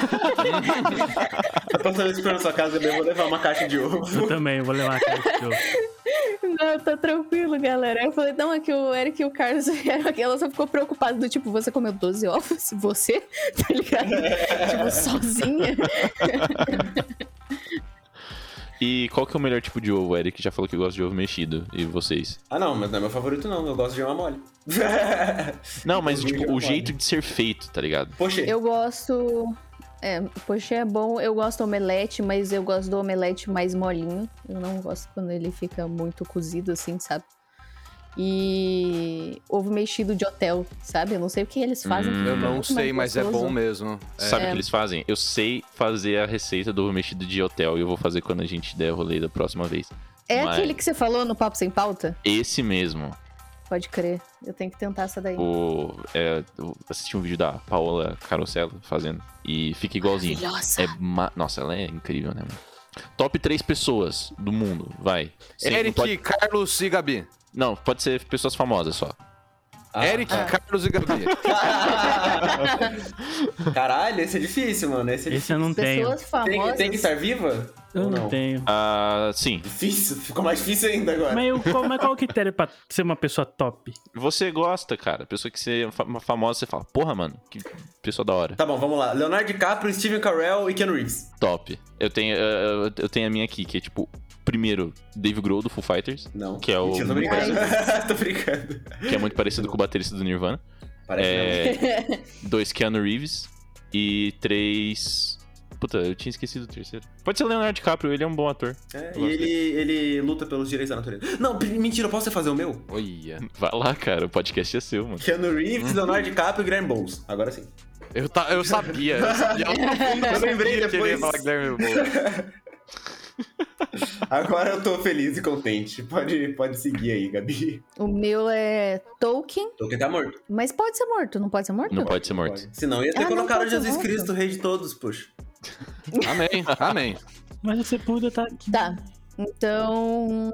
A próxima vez que for na sua casa, eu vou levar uma caixa de ovo. Eu também, eu vou levar a caixa de ovo. Não, tá tranquilo, galera. Aí eu falei, não, é que o Eric e o Carlos vieram aqui. Ela só ficou preocupada do tipo, você comeu 12 ovos? Você? Tá ligado? Tipo, sozinha. E qual que é o melhor tipo de ovo? O Eric já falou que gosta de ovo mexido. E vocês? Ah, não, mas não é meu favorito, não. Eu gosto de gema mole. Não, mas Eu vi tipo, gema o mole. jeito de ser feito, tá ligado? Poxa, Eu gosto... poxa, é bom. Eu gosto do omelete, mas eu gosto do omelete mais molinho. Eu não gosto quando ele fica muito cozido, assim, sabe? E ovo mexido de hotel, sabe? Eu não sei o que eles fazem. que Eu fica não muito sei, mais mas é gostoso. bom mesmo. Sabe o que eles fazem? Eu sei fazer a receita do ovo mexido de hotel e eu vou fazer quando a gente der rolê da próxima vez. É Mas- aquele que você falou no Papo Sem Pauta? Esse mesmo. Pode crer. Eu tenho que tentar essa daí. Eu assisti um vídeo da Paola Carosella fazendo e fica igualzinho. Maravilhosa. Nossa, ela é incrível, né, mano? Top 3 pessoas do mundo, vai. Sim, Eric, não pode- Carlos e Gabi. Não, pode ser pessoas famosas só. Eric, Carlos e Gabi. Caralho, esse é difícil, mano. Esse é Esse eu não tenho. Pessoas famosas. Tem que estar viva? Eu Ou não tenho. Sim. Difícil? Ficou mais difícil ainda agora. Mas qual o critério pra ser uma pessoa top? Você gosta, cara. Pessoa que você é uma famosa, você fala, porra, mano, que pessoa da hora. Tá bom, vamos lá. Leonardo DiCaprio, Steven Carell e Keanu Reeves. Top. Eu tenho a minha aqui, que é tipo, primeiro, Dave Grohl do Foo Fighters, Não. Que é o- Mentira, tô brincando. Tô brincando. que é muito parecido com o baterista do Nirvana. Parece mesmo. 2, Keanu Reeves. E 3... Puta, eu tinha esquecido o terceiro. Pode ser o Leonardo DiCaprio, ele é um bom ator. É, Eu e gosto ele luta pelos direitos da natureza. Não, mentira, eu posso fazer o meu? Olha. Vai lá, cara, o podcast é seu, mano. Keanu Reeves, Leonardo DiCaprio e Guilherme Boulos. Agora sim. Eu sabia. Eu lembrei que ele ia depois. falar Guilherme Boulos. Agora eu tô feliz e contente. Pode seguir aí, Gabi. O meu é Tolkien, Tolkien tá morto. mas pode ser morto, não pode ser morto? Não pode ser morto. Pode. Senão ia ter Ah, não colocado pode ser Jesus morto. Cristo, rei de todos, puxa. Amém, amém. Mas o Sepulda tá aqui. Tá. Então,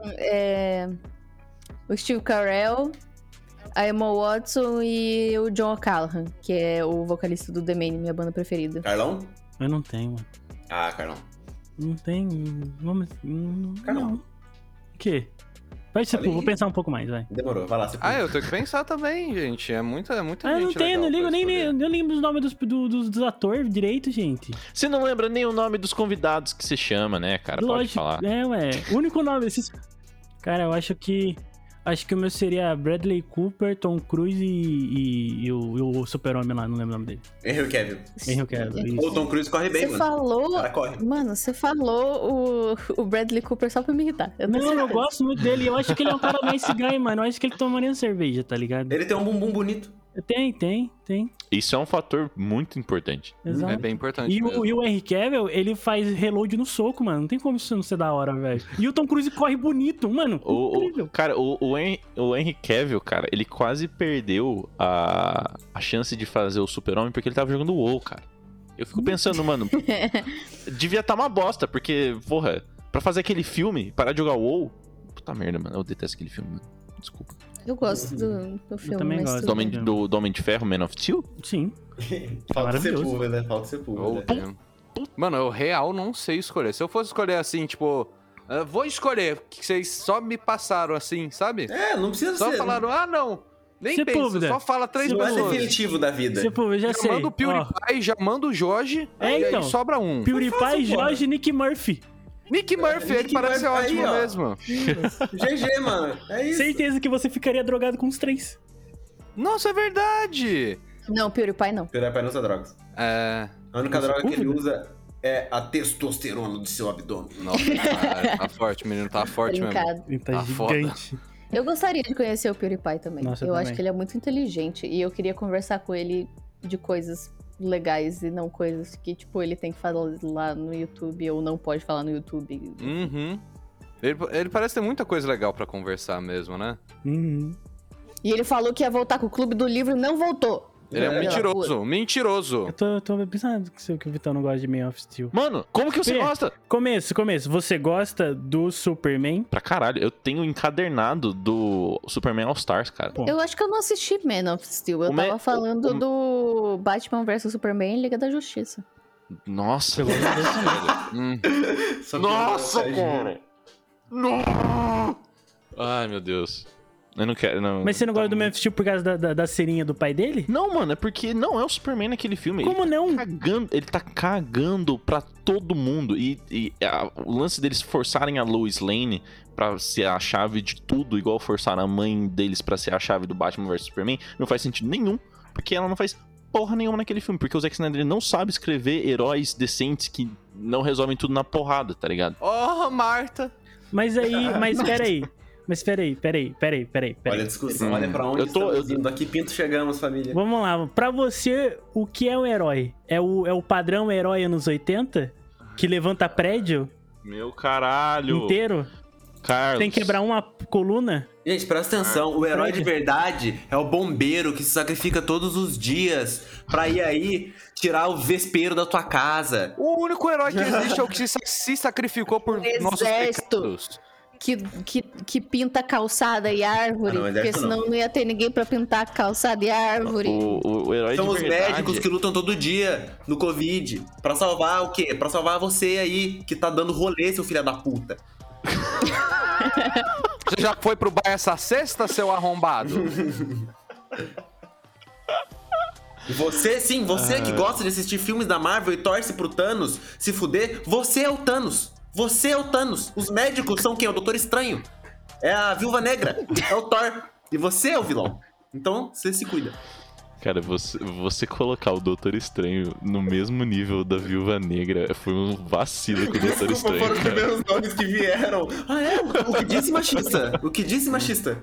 o Steve Carell, a Emma Watson e o John O'Callaghan, que é o vocalista do The Maine, minha banda preferida. Carlão? Eu não tenho, mano. Ah, Carlão. Não tenho. Carlão. Não. O quê? Pode ser, Falei. vou pensar um pouco mais, vai. Demorou, vai lá. Você Eu tenho que pensar também, gente. É muita gente Eu não tenho, não legal ligo, pra nem escolher. eu lembro os nomes dos atores direito, gente. Você não lembra nem o nome dos convidados que você chama, né, cara? Pode Lógico. falar. Ué. O único nome desses. Cara, eu acho que. Acho que o meu seria Bradley Cooper, Tom Cruise e o Super-Homem lá, não lembro o nome dele. Henry Cavill. Henry Cavill. Ou Tom Cruise corre bem, Você mano. falou. O cara corre. Mano, você falou o Bradley Cooper só pra me irritar. Eu tenho Não, eu certeza. gosto muito dele. Eu acho que ele é um cara nice guy, mano. Eu acho que ele tomaria cerveja, tá ligado? Ele tem um bumbum bonito. Tem. Isso é um fator muito importante. Exato. É bem importante E mesmo. o Henry Cavill, ele faz reload no soco, mano. Não tem como isso não ser da hora, velho. E o Tom Cruise corre bonito, mano. Incrível. Cara, o Henry Cavill, cara, ele quase perdeu a chance de fazer o Super-Homem porque ele tava jogando o WoW, cara. Eu fico pensando, mano, devia estar uma bosta, porque, porra, pra fazer aquele filme, parar de jogar o WoW, puta merda, mano, eu detesto aquele filme, mano. Desculpa. Eu gosto do filme, também mas gosto. tudo bem. Do Homem de Ferro, Man of Steel? Sim. Falta Maravilhoso. Sepúlveda, né? Falta Sepúlveda. Mano, eu real não sei escolher. Se eu fosse escolher assim, tipo... vou escolher, que vocês só me passaram assim, sabe? Não precisa Só ser. falaram, não. Nem Sepúlveda. pensa, só fala três Não é pessoas. definitivo da vida. Tipo, eu já Já sei. manda o Ó, PewDiePie, já manda o Jorge, e então. aí sobra um. PewDiePie, fácil, Jorge e Nick Murphy. Nick Murphy, ele Nick parece Murphy, ótimo aí, ó. mesmo. GG, mano. É isso. Certeza que você ficaria drogado com os 3. Nossa, é verdade. Não, PewDiePie não. PewDiePie não usa drogas. É... A única Nossa, droga que ele dúvida. usa é a testosterona do seu abdômen. Nossa, cara, tá forte, menino, tá forte mesmo. Brincado. Ele tá Tá foda. gigante. Eu gostaria de conhecer o PewDiePie também. Nossa, eu eu acho também. que ele é muito inteligente e eu queria conversar com ele de coisas legais e não coisas que, tipo, ele tem que falar lá no YouTube ou não pode falar no YouTube. Uhum. Ele parece ter muita coisa legal pra conversar mesmo, né? Uhum. E ele falou que ia voltar com o Clube do Livro e não voltou. Ele é um É, mentiroso, mentiroso. Eu tô pensando que o Vitão não gosta de Man of Steel. Mano, como que você Fê. gosta? Começo. Você gosta do Superman? Pra caralho, eu tenho encadernado do Superman All Stars, cara. Pô. Eu acho que eu não assisti Man of Steel. Eu O tava Man- falando o- do Batman vs Superman em Liga da Justiça. Nossa, Pelo amor de Deus. Só que Nossa, eu- cara. Não! Ai, meu Deus. Eu não quero, não. Mas você não tá gosta do Man muito- of Steel por causa da serinha do pai dele? Não, mano, é porque não é o Superman naquele filme. Como não? Ele tá cagando pra todo mundo. O lance deles forçarem a Lois Lane pra ser a chave de tudo, igual forçaram a mãe deles pra ser a chave do Batman vs Superman, não faz sentido nenhum. Porque ela não faz porra nenhuma naquele filme. Porque o Zack Snyder ele não sabe escrever heróis decentes que não resolvem tudo na porrada, tá ligado? Oh, Marta. Mas peraí. Peraí. Olha a discussão, olha pra onde Eu tô- estamos indo. Aqui pinto chegamos, família. Vamos lá. Pra você, o que é o herói? É o padrão herói anos 80? Que levanta prédio Meu caralho. inteiro? Carlos. Sem quebrar uma coluna? Gente, presta atenção. O herói de verdade é o bombeiro que se sacrifica todos os dias pra ir aí tirar o vespeiro da tua casa. O único herói que existe é o que se sacrificou por nossos Exército. pecados. Que pinta calçada e árvore, Ah, não, porque exército senão não ia ter ninguém pra pintar calçada e árvore. O herói São de os verdade... médicos que lutam todo dia no Covid. Pra salvar o quê? Pra salvar você aí, que tá dando rolê, seu filho da puta. Você já foi pro bar essa sexta, seu arrombado? E você, sim, você que gosta de assistir filmes da Marvel e torce pro Thanos se fuder, você é o Thanos. Você é o Thanos. Os médicos são quem? O Doutor Estranho. É a Viúva Negra. É o Thor. E você é o vilão. Então, você se cuida. Cara, você colocar o Doutor Estranho no mesmo nível da Viúva Negra foi um vacilo com o Doutor Desculpa, Estranho, foram os cara. primeiros nomes que vieram. Ah, é? O que disse machista? O que disse machista?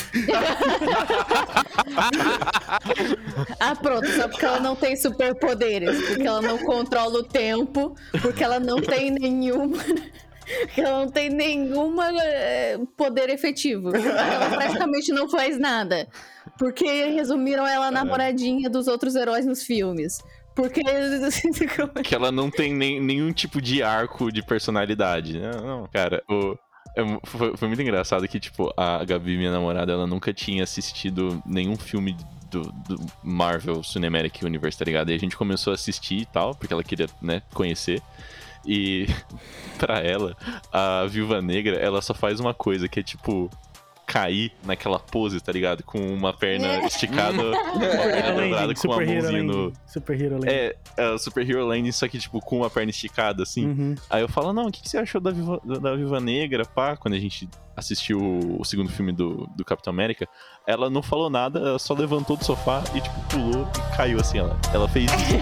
Ah, pronto, só porque ela não tem superpoderes, porque ela não controla o tempo, porque ela não tem nenhuma. Porque ela não tem nenhuma poder efetivo. Ela praticamente não faz nada. Porque resumiram ela namoradinha dos outros heróis nos filmes. Porque. Que ela não tem nenhum tipo de arco de personalidade. Não, cara, foi muito engraçado que, tipo, a Gabi, minha namorada, ela nunca tinha assistido nenhum filme do Marvel Cinematic Universe, tá ligado? E a gente começou a assistir e tal, porque ela queria, né, conhecer. E pra ela, a Viúva Negra, ela só faz uma coisa, que é, tipo, cair naquela pose, tá ligado? Com uma perna esticada, uma perna dobrada com uma mãozinha no... Superhero Landing. É o Superhero Landing, só que, tipo, com uma perna esticada, assim. Uhum. Aí eu falo, não, o que você achou da Viúva Negra, pá? Quando a gente assistiu o segundo filme do Capitão América, ela não falou nada, ela só levantou do sofá e, tipo, pulou e caiu, assim, ela fez isso.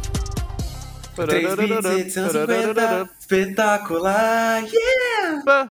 Espetacular, yeah!